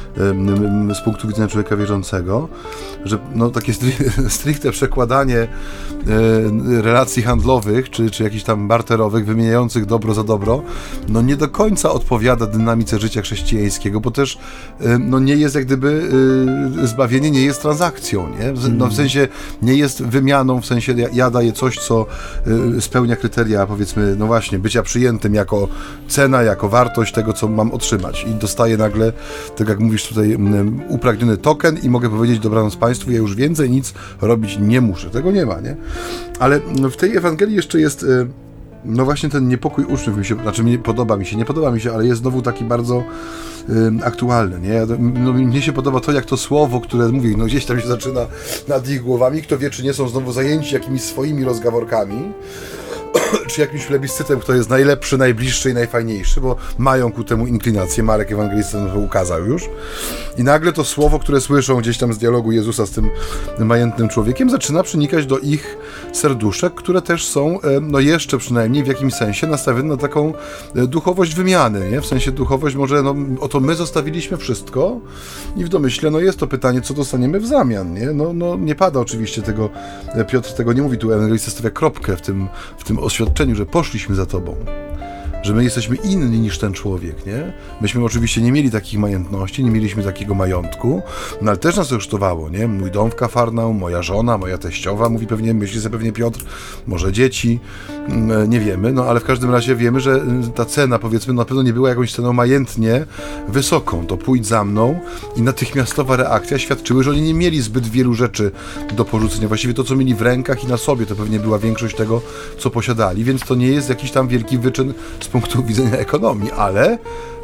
z punktu widzenia człowieka wierzącego, że takie stricte przekładanie relacji handlowych, czy jakichś tam barterowych, wymieniających dobro za dobro, nie do końca odpowiada dynamice życia chrześcijańskiego, bo też nie jest jak gdyby zbawienie nie jest transakcją, nie? W sensie nie jest wymianą, w sensie ja daję coś, co spełnia kryteria, powiedzmy, właśnie, bycia przyjętym jako cena, jako wartość tego, co mam otrzymać. I dostaję nagle, tak jak mówisz tutaj, upragniony token i mogę powiedzieć dobranoc Państwu, ja już więcej nic robić nie muszę. Tego nie ma, nie? Ale w tej Ewangelii jeszcze jest właśnie ten niepokój uczniów, nie podoba mi się, ale jest znowu taki bardzo aktualny, nie? Mnie się podoba to, jak to słowo, które mówi, gdzieś tam się zaczyna nad ich głowami, kto wie, czy nie są znowu zajęci jakimiś swoimi rozgaworkami, czy jakimś plebiscytem, kto jest najlepszy, najbliższy i najfajniejszy, bo mają ku temu inklinację. Marek Ewangelista to ukazał już. I nagle to słowo, które słyszą gdzieś tam z dialogu Jezusa z tym majętnym człowiekiem, zaczyna przenikać do ich serduszek, które też są, jeszcze przynajmniej w jakimś sensie nastawione na taką duchowość wymiany, nie? W sensie duchowość może, oto my zostawiliśmy wszystko i w domyśle, jest to pytanie, co dostaniemy w zamian, nie? Nie pada oczywiście tego, Piotr tego nie mówi, tu Ewangelista stawia kropkę w tym oświadczeniu, że poszliśmy za Tobą, że my jesteśmy inni niż ten człowiek, nie? Myśmy oczywiście nie mieli takich majętności, nie mieliśmy takiego majątku, ale też nas to kosztowało, nie? Mój dom w Kafarnaum, moja żona, moja teściowa, myśli sobie pewnie Piotr, może dzieci, nie wiemy, ale w każdym razie wiemy, że ta cena, powiedzmy, na pewno nie była jakąś ceną majętnie wysoką. To pójdź za mną i natychmiastowa reakcja świadczyły, że oni nie mieli zbyt wielu rzeczy do porzucenia. Właściwie to, co mieli w rękach i na sobie, to pewnie była większość tego, co posiadali, więc to nie jest jakiś tam wielki wyczyn z punktu widzenia ekonomii, ale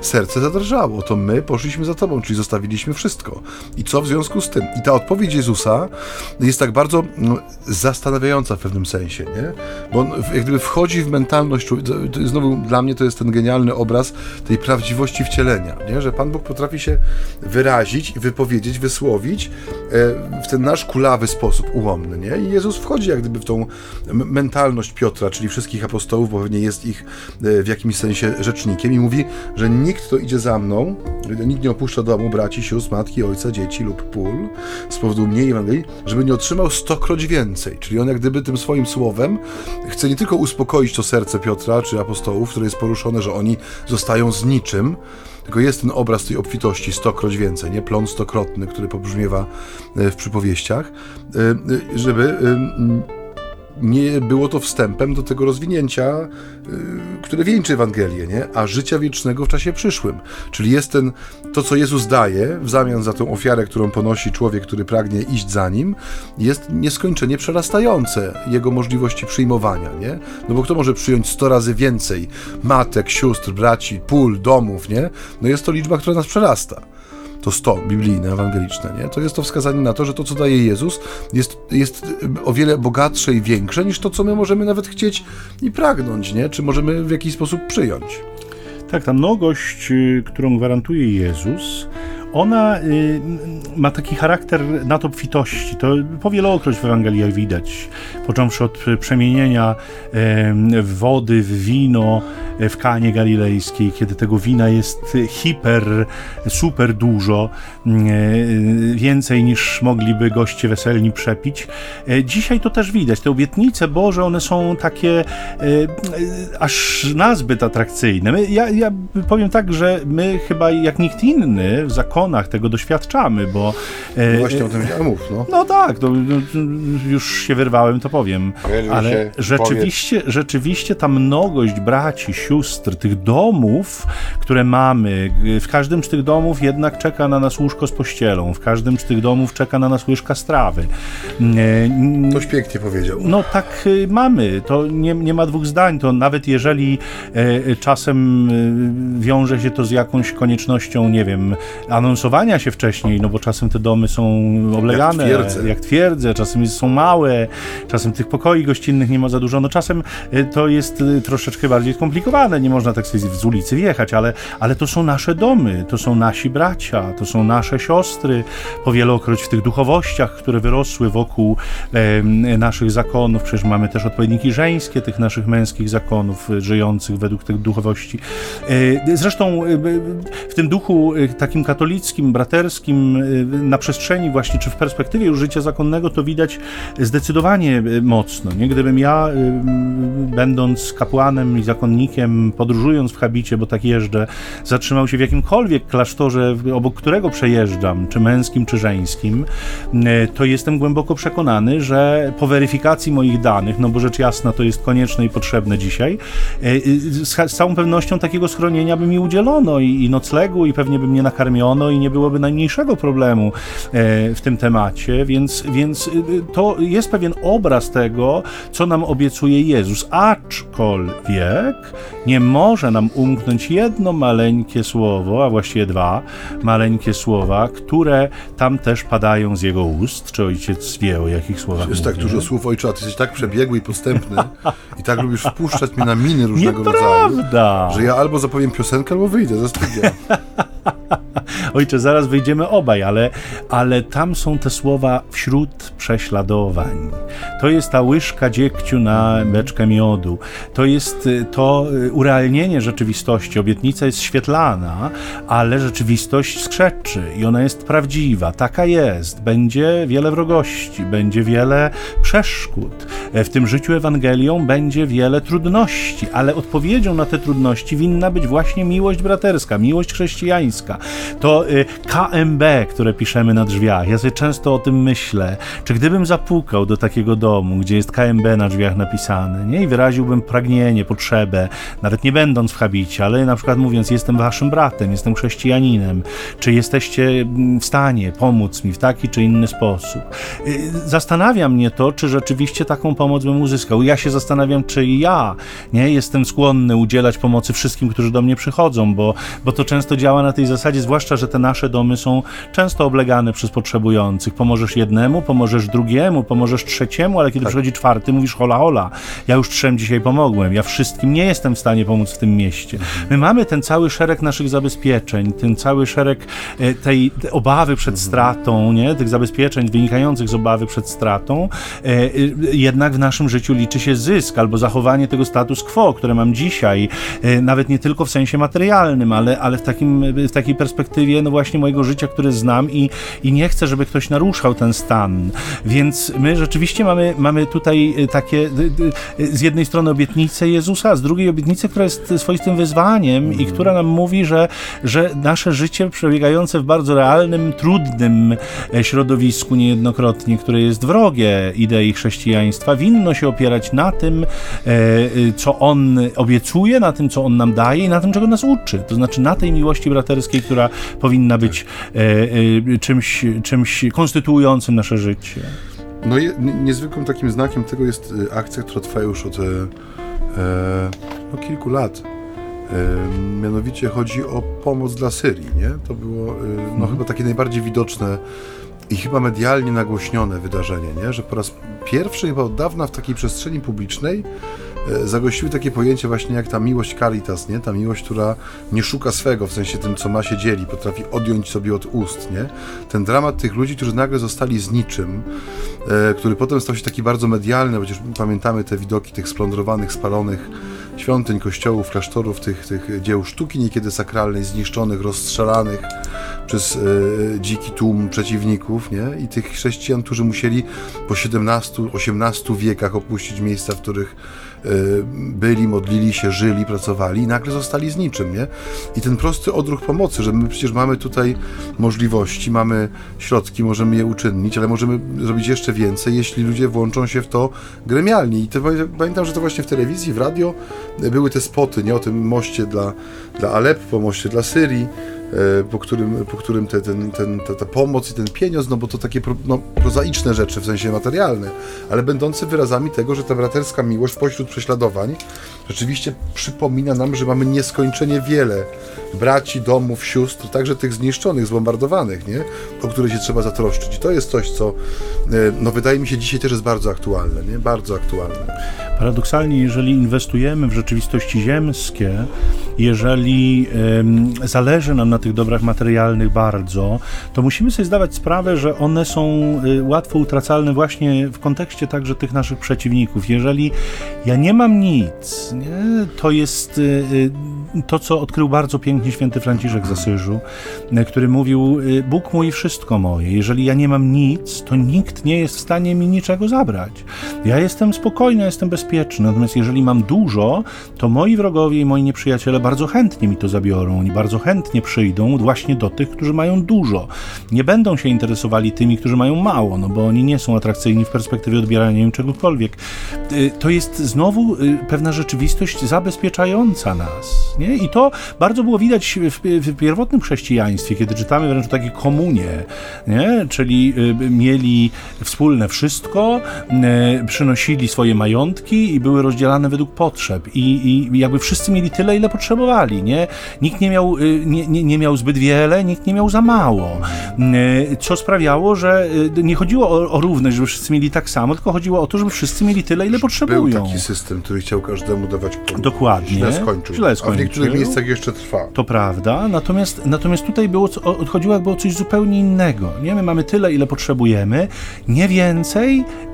serce zadrżało. To my poszliśmy za Tobą, czyli zostawiliśmy wszystko. I co w związku z tym? I ta odpowiedź Jezusa jest tak bardzo zastanawiająca w pewnym sensie, nie? Bo on jak gdyby wchodzi w mentalność człowieka. Znowu dla mnie to jest ten genialny obraz tej prawdziwości wcielenia, nie? Że Pan Bóg potrafi się wyrazić, wypowiedzieć, wysłowić w ten nasz kulawy sposób ułomny, nie? I Jezus wchodzi jak gdyby w tą mentalność Piotra, czyli wszystkich apostołów, bo pewnie jest ich w jakimś sensie rzecznikiem i mówi, że nikt, kto idzie za mną, nikt nie opuszcza domu, braci, sióstr, matki, ojca, dzieci lub pól z powodu mnie i Ewangelii, żeby nie otrzymał 100-kroć więcej. Czyli on jak gdyby tym swoim słowem chce nie tylko uspokoić to serce Piotra czy apostołów, które jest poruszone, że oni zostają z niczym, tylko jest ten obraz tej obfitości 100-kroć więcej, nie? Plon 100-krotny, który pobrzmiewa w przypowieściach, żeby nie było to wstępem do tego rozwinięcia, które wieńczy Ewangelię, nie? A życia wiecznego w czasie przyszłym. Czyli jest to, co Jezus daje w zamian za tą ofiarę, którą ponosi człowiek, który pragnie iść za Nim, jest nieskończenie przerastające jego możliwości przyjmowania, nie? No bo kto może przyjąć 100 razy więcej matek, sióstr, braci, pól, domów, nie? No jest to liczba, która nas przerasta. To 100 biblijne, ewangeliczne, nie? To jest to wskazanie na to, że to, co daje Jezus, jest o wiele bogatsze i większe niż to, co my możemy nawet chcieć i pragnąć, nie? Czy możemy w jakiś sposób przyjąć.
Tak, ta mnogość, którą gwarantuje Jezus, ona ma taki charakter nadobfitości. To powielokroć w Ewangeliach widać, począwszy od przemienienia wody w wino w Kanie Galilejskiej, kiedy tego wina jest super dużo, więcej niż mogliby goście weselni przepić. Dzisiaj to też widać. Te obietnice Boże, one są takie aż nazbyt atrakcyjne. Ja powiem tak, że my chyba jak nikt inny w zakonach tego doświadczamy, bo...
Właśnie o tym mów, no.
No tak, już się wyrwałem, to powiem. Ale rzeczywiście ta mnogość braci, sióstr, tych domów, które mamy, w każdym z tych domów jednak czeka na nas łóżko z pościelą, w każdym z tych domów czeka na nas łyżka strawy.
Ktoś pięknie powiedział.
No tak mamy, to nie ma dwóch zdań, to nawet jeżeli czasem wiąże się to z jakąś koniecznością, nie wiem, anonsowania się wcześniej, no bo czasem te domy są oblegane, jak twierdzę, czasem są małe, czasem tych pokoi gościnnych nie ma za dużo, no czasem to jest troszeczkę bardziej skomplikowane, nie można tak sobie z ulicy wjechać, ale to są nasze domy, to są nasi bracia, to są nasze siostry, powielokroć w tych duchowościach, które wyrosły wokół naszych zakonów, przecież mamy też odpowiedniki żeńskie tych naszych męskich zakonów, żyjących według tych duchowości. Zresztą w tym duchu takim katolickim, braterskim, na przestrzeni właśnie, czy w perspektywie już życia zakonnego, to widać zdecydowanie mocno, nie? Gdybym ja, będąc kapłanem i zakonnikiem, podróżując w habicie, bo tak jeżdżę, zatrzymał się w jakimkolwiek klasztorze, obok którego przejeżdżam, czy męskim, czy żeńskim, to jestem głęboko przekonany, że po weryfikacji moich danych, no bo rzecz jasna to jest konieczne i potrzebne dzisiaj, z całą pewnością takiego schronienia by mi udzielono i noclegu, i pewnie by mnie nakarmiono i nie byłoby najmniejszego problemu w tym temacie, więc to jest pewien obraz tego, co nam obiecuje Jezus, aczkolwiek nie może nam umknąć jedno maleńkie słowo, a właściwie dwa maleńkie słowa, które tam też padają z Jego ust. Czy ojciec wie, o jakich słowach
jest
mówię?
Tak dużo słów, ojcze, a ty jesteś tak przebiegły i podstępny i tak lubisz wpuszczać mnie na miny różnego
Nieprawda.
rodzaju, że ja albo zapowiem piosenkę, albo wyjdę ze studia.
Ojcze, zaraz wyjdziemy obaj, ale tam są te słowa wśród prześladowań. To jest ta łyżka dziegciu na beczkę miodu. To jest to urealnienie rzeczywistości. Obietnica jest świetlana, ale rzeczywistość skrzeczy i ona jest prawdziwa. Taka jest. Będzie wiele wrogości, będzie wiele przeszkód. W tym życiu Ewangelią będzie wiele trudności, ale odpowiedzią na te trudności winna być właśnie miłość braterska, miłość chrześcijańska. To KMB, które piszemy na drzwiach, ja sobie często o tym myślę, czy gdybym zapukał do takiego domu, gdzie jest KMB na drzwiach napisane, nie? I wyraziłbym pragnienie, potrzebę, nawet nie będąc w habicie, ale na przykład mówiąc, jestem waszym bratem, jestem chrześcijaninem, czy jesteście w stanie pomóc mi w taki czy inny sposób. Zastanawia mnie to, czy rzeczywiście taką pomoc bym uzyskał. Ja się zastanawiam, czy ja nie jestem skłonny udzielać pomocy wszystkim, którzy do mnie przychodzą, bo to często działa na tej zasadzie, zwłaszcza, że te nasze domy są często oblegane przez potrzebujących. Pomożesz jednemu, pomożesz drugiemu, pomożesz trzeciemu, ale kiedy przychodzi czwarty, mówisz hola, hola, ja już 3 dzisiaj pomogłem, ja wszystkim nie jestem w stanie pomóc w tym mieście. My mamy ten cały szereg naszych zabezpieczeń, ten cały szereg tej obawy przed stratą, nie? Tych zabezpieczeń wynikających z obawy przed stratą, jednak w naszym życiu liczy się zysk albo zachowanie tego status quo, które mam dzisiaj, nawet nie tylko w sensie materialnym, ale w takiej perspektywie no właśnie mojego życia, które znam i nie chcę, żeby ktoś naruszał ten stan. Więc my rzeczywiście mamy tutaj takie z jednej strony obietnicę Jezusa, z drugiej obietnicę, która jest swoistym wyzwaniem i która nam mówi, że nasze życie przebiegające w bardzo realnym, trudnym środowisku niejednokrotnie, które jest wrogie idei chrześcijaństwa, winno się opierać na tym, co On obiecuje, na tym, co On nam daje i na tym, czego nas uczy. To znaczy na tej miłości braterskiej, która powinna być czymś konstytuującym nasze życie.
No niezwykłym takim znakiem tego jest akcja, która trwa już od kilku lat. Mianowicie chodzi o pomoc dla Syrii, nie? To było chyba takie najbardziej widoczne i chyba medialnie nagłośnione wydarzenie, nie? Że po raz pierwszy chyba od dawna w takiej przestrzeni publicznej zagościły takie pojęcie właśnie jak ta miłość caritas, nie? Ta miłość, która nie szuka swego, w sensie tym, co ma się dzieli, potrafi odjąć sobie od ust, nie? Ten dramat tych ludzi, którzy nagle zostali z niczym, który potem stał się taki bardzo medialny, przecież pamiętamy te widoki tych splądrowanych, spalonych świątyń, kościołów, klasztorów, tych dzieł sztuki niekiedy sakralnej, zniszczonych, rozstrzelanych przez dziki tłum przeciwników, nie? I tych chrześcijan, którzy musieli po 17-18 wiekach opuścić miejsca, w których byli, modlili się, żyli, pracowali i nagle zostali z niczym, nie? I ten prosty odruch pomocy, że my przecież mamy tutaj możliwości, mamy środki, możemy je uczynnić, ale możemy zrobić jeszcze więcej, jeśli ludzie włączą się w to gremialnie. I pamiętam, że to właśnie w telewizji, w radio były te spoty, nie? O tym moście dla Aleppo, moście dla Syrii, po którym ta pomoc i ten pieniądz, no bo to takie prozaiczne rzeczy, w sensie materialne, ale będące wyrazami tego, że ta braterska miłość pośród prześladowań rzeczywiście przypomina nam, że mamy nieskończenie wiele braci, domów, sióstr, także tych zniszczonych, zbombardowanych, nie? O które się trzeba zatroszczyć. I to jest coś, co wydaje mi się dzisiaj też jest bardzo aktualne, nie? Bardzo aktualne.
Paradoksalnie, jeżeli inwestujemy w rzeczywistości ziemskie, jeżeli zależy nam na tych dobrach materialnych bardzo, to musimy sobie zdawać sprawę, że one są łatwo utracalne właśnie w kontekście także tych naszych przeciwników. Jeżeli ja nie mam nic, nie, to jest to, co odkrył bardzo pięknie święty Franciszek z Asyżu, który mówił: Bóg mój, wszystko moje. Jeżeli ja nie mam nic, to nikt nie jest w stanie mi niczego zabrać. Ja jestem spokojny, jestem bezpieczny. Natomiast jeżeli mam dużo, to moi wrogowie i moi nieprzyjaciele bardzo chętnie mi to zabiorą. Oni bardzo chętnie przyjdą właśnie do tych, którzy mają dużo. Nie będą się interesowali tymi, którzy mają mało, no bo oni nie są atrakcyjni w perspektywie odbierania im czegokolwiek. To jest znowu pewna rzeczywistość zabezpieczająca nas, nie? I to bardzo było widać w pierwotnym chrześcijaństwie, kiedy czytamy wręcz o takiej komunie, nie? Czyli mieli wspólne wszystko, przynosili swoje majątki i były rozdzielane według potrzeb. I jakby wszyscy mieli tyle, ile potrzebowali, nie? Nikt nie miał zbyt wiele, nikt nie miał za mało. Co sprawiało, że nie chodziło o równość, żeby wszyscy mieli tak samo, tylko chodziło o to, żeby wszyscy mieli tyle, ile potrzebują.
Był taki system, który chciał każdemu dawać punkt.
Dokładnie.
Źle skończył. A w niektórych miejscach jeszcze trwa.
To prawda, natomiast tutaj odchodziło jakby o coś zupełnie innego. Nie? My mamy tyle, ile potrzebujemy, nie więcej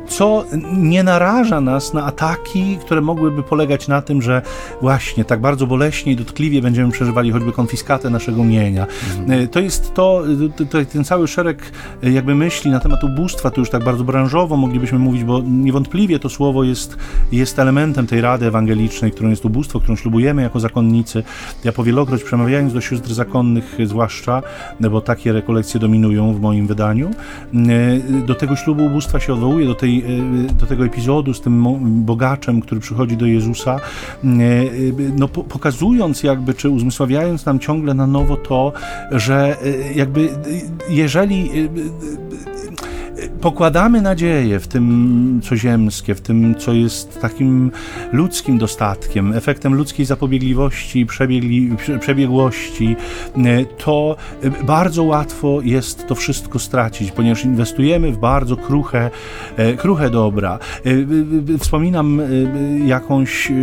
co nie naraża nas na ataki, które mogłyby polegać na tym, że właśnie tak bardzo boleśnie i dotkliwie będziemy przeżywali choćby konfiskatę naszego mienia. To jest ten cały szereg jakby myśli na temat ubóstwa, to już tak bardzo branżowo moglibyśmy mówić, bo niewątpliwie to słowo jest elementem tej rady ewangelicznej, którą jest ubóstwo, którą ślubujemy jako zakonnicy. Ja powielokroć przemawiając do sióstr zakonnych zwłaszcza, bo takie rekolekcje dominują w moim wydaniu, do tego ślubu ubóstwa się odwołuję, do tego epizodu z tym bogaczem, który przychodzi do Jezusa, no pokazując jakby, czy uzmysławiając nam ciągle na nowo to, że jakby jeżeli pokładamy nadzieję w tym, co ziemskie, w tym, co jest takim ludzkim dostatkiem, efektem ludzkiej zapobiegliwości i przebiegłości, to bardzo łatwo jest to wszystko stracić, ponieważ inwestujemy w bardzo kruche dobra. Wspominam jakąś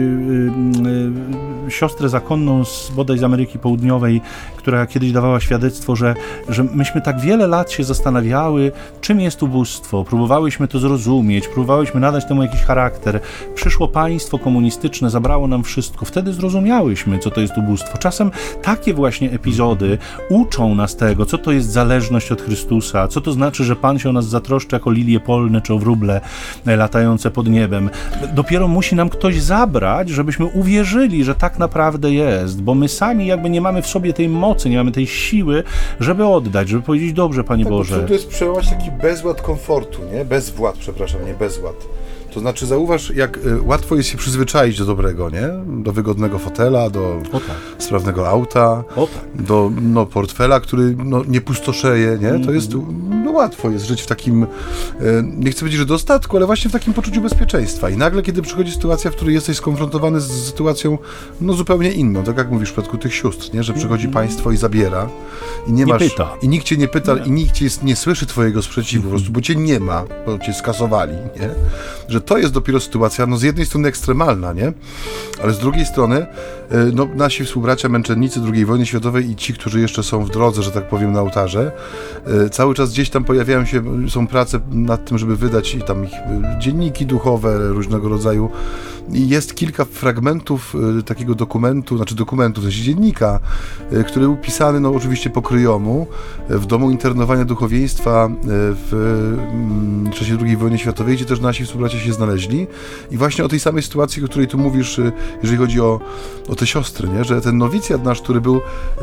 siostrę zakonną bodaj z Ameryki Południowej, która kiedyś dawała świadectwo, że myśmy tak wiele lat się zastanawiały, czym jest ubóstwo. Próbowałyśmy to zrozumieć, próbowałyśmy nadać temu jakiś charakter. Przyszło państwo komunistyczne, zabrało nam wszystko. Wtedy zrozumiałyśmy, co to jest ubóstwo. Czasem takie właśnie epizody uczą nas tego, co to jest zależność od Chrystusa, co to znaczy, że Pan się o nas zatroszczy jako lilie polne czy o wróble latające pod niebem. Dopiero musi nam ktoś zabrać, żebyśmy uwierzyli, że tak naprawdę jest, bo my sami jakby nie mamy w sobie tej mocy, nie mamy tej siły, żeby oddać, żeby powiedzieć: dobrze, Panie Boże.
To jest przełamać taki bezład komfortu, nie? Bezwład, przepraszam, nie bezład. To znaczy zauważ, jak łatwo jest się przyzwyczaić do dobrego, nie? Do wygodnego fotela, do sprawnego auta, do portfela, który nie pustoszeje, nie? To jest, łatwo jest żyć w takim, nie chcę powiedzieć, że dostatku, ale właśnie w takim poczuciu bezpieczeństwa. I nagle, kiedy przychodzi sytuacja, w której jesteś skonfrontowany z sytuacją zupełnie inną, tak jak mówisz w przypadku tych sióstr, nie? Że przychodzi państwo i zabiera i nie masz,
pyta.
I nikt cię nie pyta, i nikt cię nie słyszy twojego sprzeciwu, po prostu, bo cię nie ma, bo cię skasowali, nie? Że to jest dopiero sytuacja, z jednej strony ekstremalna, nie? Ale z drugiej strony, nasi współbracia, męczennicy II wojny światowej i ci, którzy jeszcze są w drodze, że tak powiem, na ołtarze, cały czas gdzieś tam pojawiają się, są prace nad tym, żeby wydać i tam ich dzienniki duchowe różnego rodzaju. I jest kilka fragmentów takiego dokumentu, to jest dziennika, który był pisany, oczywiście po kryjomu, w domu internowania duchowieństwa w czasie II wojny światowej, gdzie też nasi współbracia się znaleźli. I właśnie o tej samej sytuacji, o której tu mówisz, jeżeli chodzi o te siostry, nie? Że ten nowicjat nasz, który był,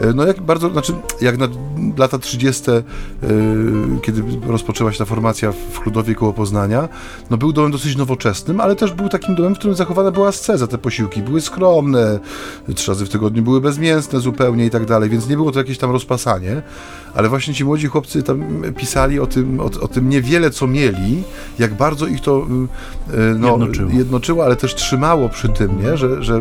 jak na lata 30., kiedy rozpoczęła się ta formacja w Chludowie koło Poznania, był domem dosyć nowoczesnym, ale też był takim domem, w którym zachowana była asceza. Te posiłki były skromne, 3 razy w tygodniu były bezmięsne zupełnie i tak dalej, więc nie było to jakieś tam rozpasanie, ale właśnie ci młodzi chłopcy tam pisali o tym niewiele, co mieli, jak bardzo ich to jednoczyło, ale też trzymało przy tym, nie? Że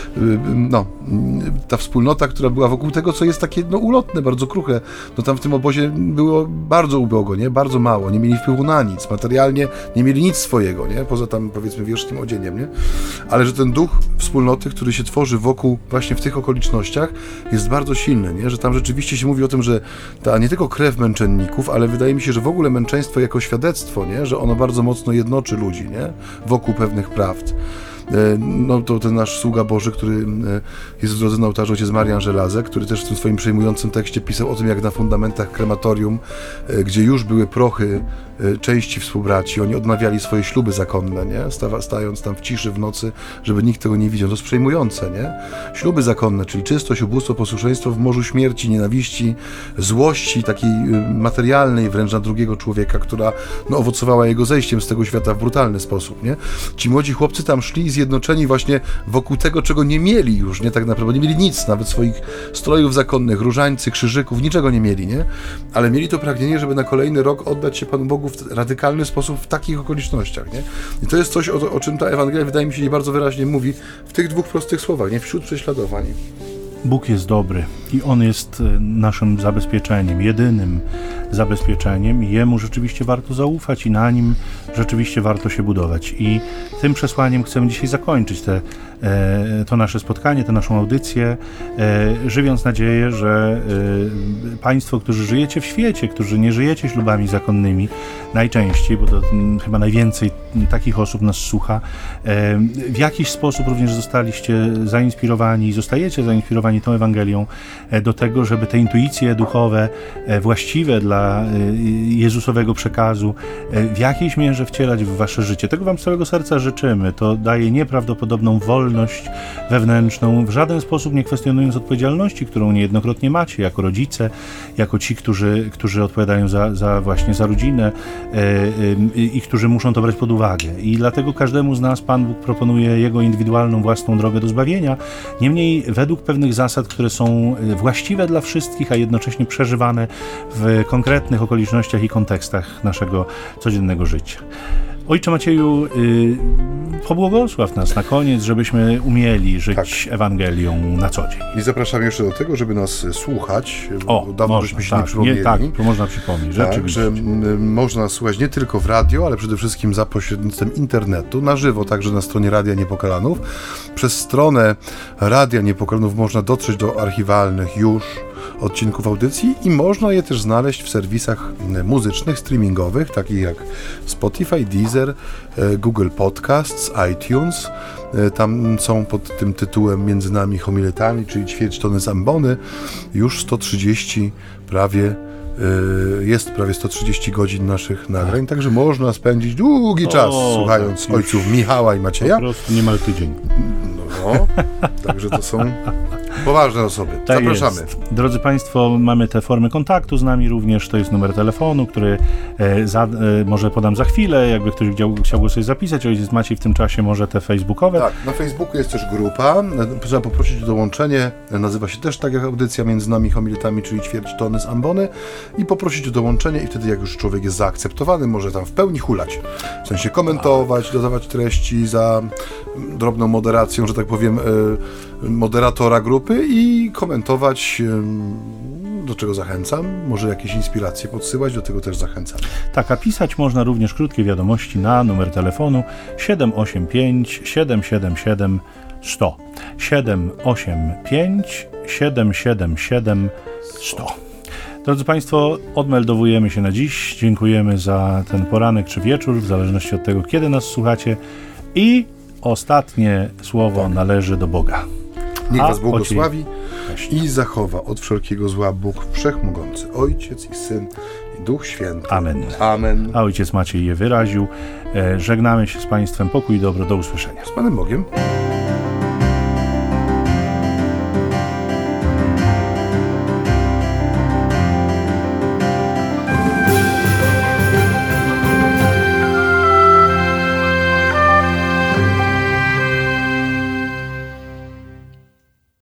ta wspólnota, która była wokół tego, co jest takie ulotne, bardzo kruche, tam w tym obozie było bardzo ubogo, nie? Bardzo mało, nie mieli wpływu na nic, materialnie nie mieli nic swojego, nie? Poza tam, powiedzmy, wierzchnim odzieniem, nie? Ale że ten duch wspólnoty, który się tworzy wokół właśnie w tych okolicznościach, jest bardzo silny, nie? Że tam rzeczywiście się mówi o tym, że ta nie tylko krew męczenników, ale wydaje mi się, że w ogóle męczeństwo jako świadectwo, nie? Że ono bardzo mocno jednoczy ludzi, nie? Wokół pewnych prawd. To ten nasz sługa Boży, który jest w drodze na ołtarzu, ojciec Marian Żelazek, który też w tym swoim przejmującym tekście pisał o tym, jak na fundamentach krematorium, gdzie już były prochy części współbraci, oni odmawiali swoje śluby zakonne, nie? Stając tam w ciszy w nocy, żeby nikt tego nie widział. To jest przejmujące, nie? Śluby zakonne, czyli czystość, ubóstwo, posłuszeństwo w morzu śmierci, nienawiści, złości takiej materialnej wręcz na drugiego człowieka, która owocowała jego zejściem z tego świata w brutalny sposób, nie? Ci młodzi chłopcy tam szli zjednoczeni właśnie wokół tego, czego nie mieli już, nie? Tak naprawdę, nie mieli nic, nawet swoich strojów zakonnych, różańcy, krzyżyków, niczego nie mieli, nie? Ale mieli to pragnienie, żeby na kolejny rok oddać się Panu Bogu w radykalny sposób w takich okolicznościach, nie? I to jest coś, o czym ta Ewangelia, wydaje mi się, bardzo wyraźnie mówi w tych 2 prostych słowach, nie? Wśród prześladowań.
Bóg jest dobry i On jest naszym zabezpieczeniem, jedynym zabezpieczeniem i Jemu rzeczywiście warto zaufać i na Nim rzeczywiście warto się budować. I tym przesłaniem chcemy dzisiaj zakończyć to nasze spotkanie, tę naszą audycję, żywiąc nadzieję, że Państwo, którzy żyjecie w świecie, którzy nie żyjecie ślubami zakonnymi, najczęściej, bo to chyba najwięcej takich osób nas słucha, w jakiś sposób również zostaliście zainspirowani i zostajecie zainspirowani tą Ewangelią do tego, żeby te intuicje duchowe właściwe dla Jezusowego przekazu w jakiejś mierze wcielać w wasze życie. Tego wam z całego serca życzymy. To daje nieprawdopodobną wolność wewnętrzną, w żaden sposób nie kwestionując odpowiedzialności, którą niejednokrotnie macie jako rodzice, jako ci, którzy odpowiadają właśnie za rodzinę i którzy muszą to brać pod uwagę. I dlatego każdemu z nas Pan Bóg proponuje jego indywidualną, własną drogę do zbawienia, niemniej według pewnych zasad, które są właściwe dla wszystkich, a jednocześnie przeżywane w konkretnych okolicznościach i kontekstach naszego codziennego życia. Ojcze Macieju, pobłogosław nas na koniec, żebyśmy umieli żyć Ewangelią na co dzień.
I zapraszam jeszcze do tego, żeby nas słuchać. Dawno żeśmy się nie przypomnieli.
To można przypomnieć.
Że można nas słuchać nie tylko w radio, ale przede wszystkim za pośrednictwem internetu, na żywo, także na stronie Radia Niepokalanów. Przez stronę Radia Niepokalanów można dotrzeć do archiwalnych już odcinków audycji i można je też znaleźć w serwisach muzycznych, streamingowych, takich jak Spotify, Deezer, Google Podcasts, iTunes. Tam są pod tym tytułem Między nami homiletami, czyli ćwierć tony zambony, już 130 jest prawie 130 godzin naszych nagrań, także można spędzić długi czas słuchając ojców Michała i Macieja.
Po prostu niemal tydzień.
Także to są poważne osoby.
Tak
zapraszamy.
Jest. Drodzy Państwo, mamy te formy kontaktu z nami również. To jest numer telefonu, który może podam za chwilę, jakby ktoś chciał go sobie zapisać. Ojciec Maciej w tym czasie może te facebookowe.
Tak, na Facebooku jest też grupa. Trzeba poprosić o dołączenie. Nazywa się też tak jak audycja Między nami homiletami, czyli ćwierć tony z ambony. I poprosić o dołączenie i wtedy jak już człowiek jest zaakceptowany, może tam w pełni hulać. W sensie komentować, dodawać treści za drobną moderacją, że tak powiem, moderatora grupy i komentować, do czego zachęcam. Może jakieś inspiracje podsyłać, do tego też zachęcam.
Tak, a pisać można również krótkie wiadomości na numer telefonu 785 777 100. 785 777 100. Drodzy Państwo, odmeldowujemy się na dziś. Dziękujemy za ten poranek czy wieczór, w zależności od tego, kiedy nas słuchacie. I ostatnie słowo należy do Boga.
Niech was błogosławi i zachowa od wszelkiego zła Bóg Wszechmogący, Ojciec i Syn i Duch Święty.
Amen.
Amen.
A Ojciec Maciej je wyraził. Żegnamy się z Państwem. Pokój i dobro. Do usłyszenia.
Z Panem Bogiem.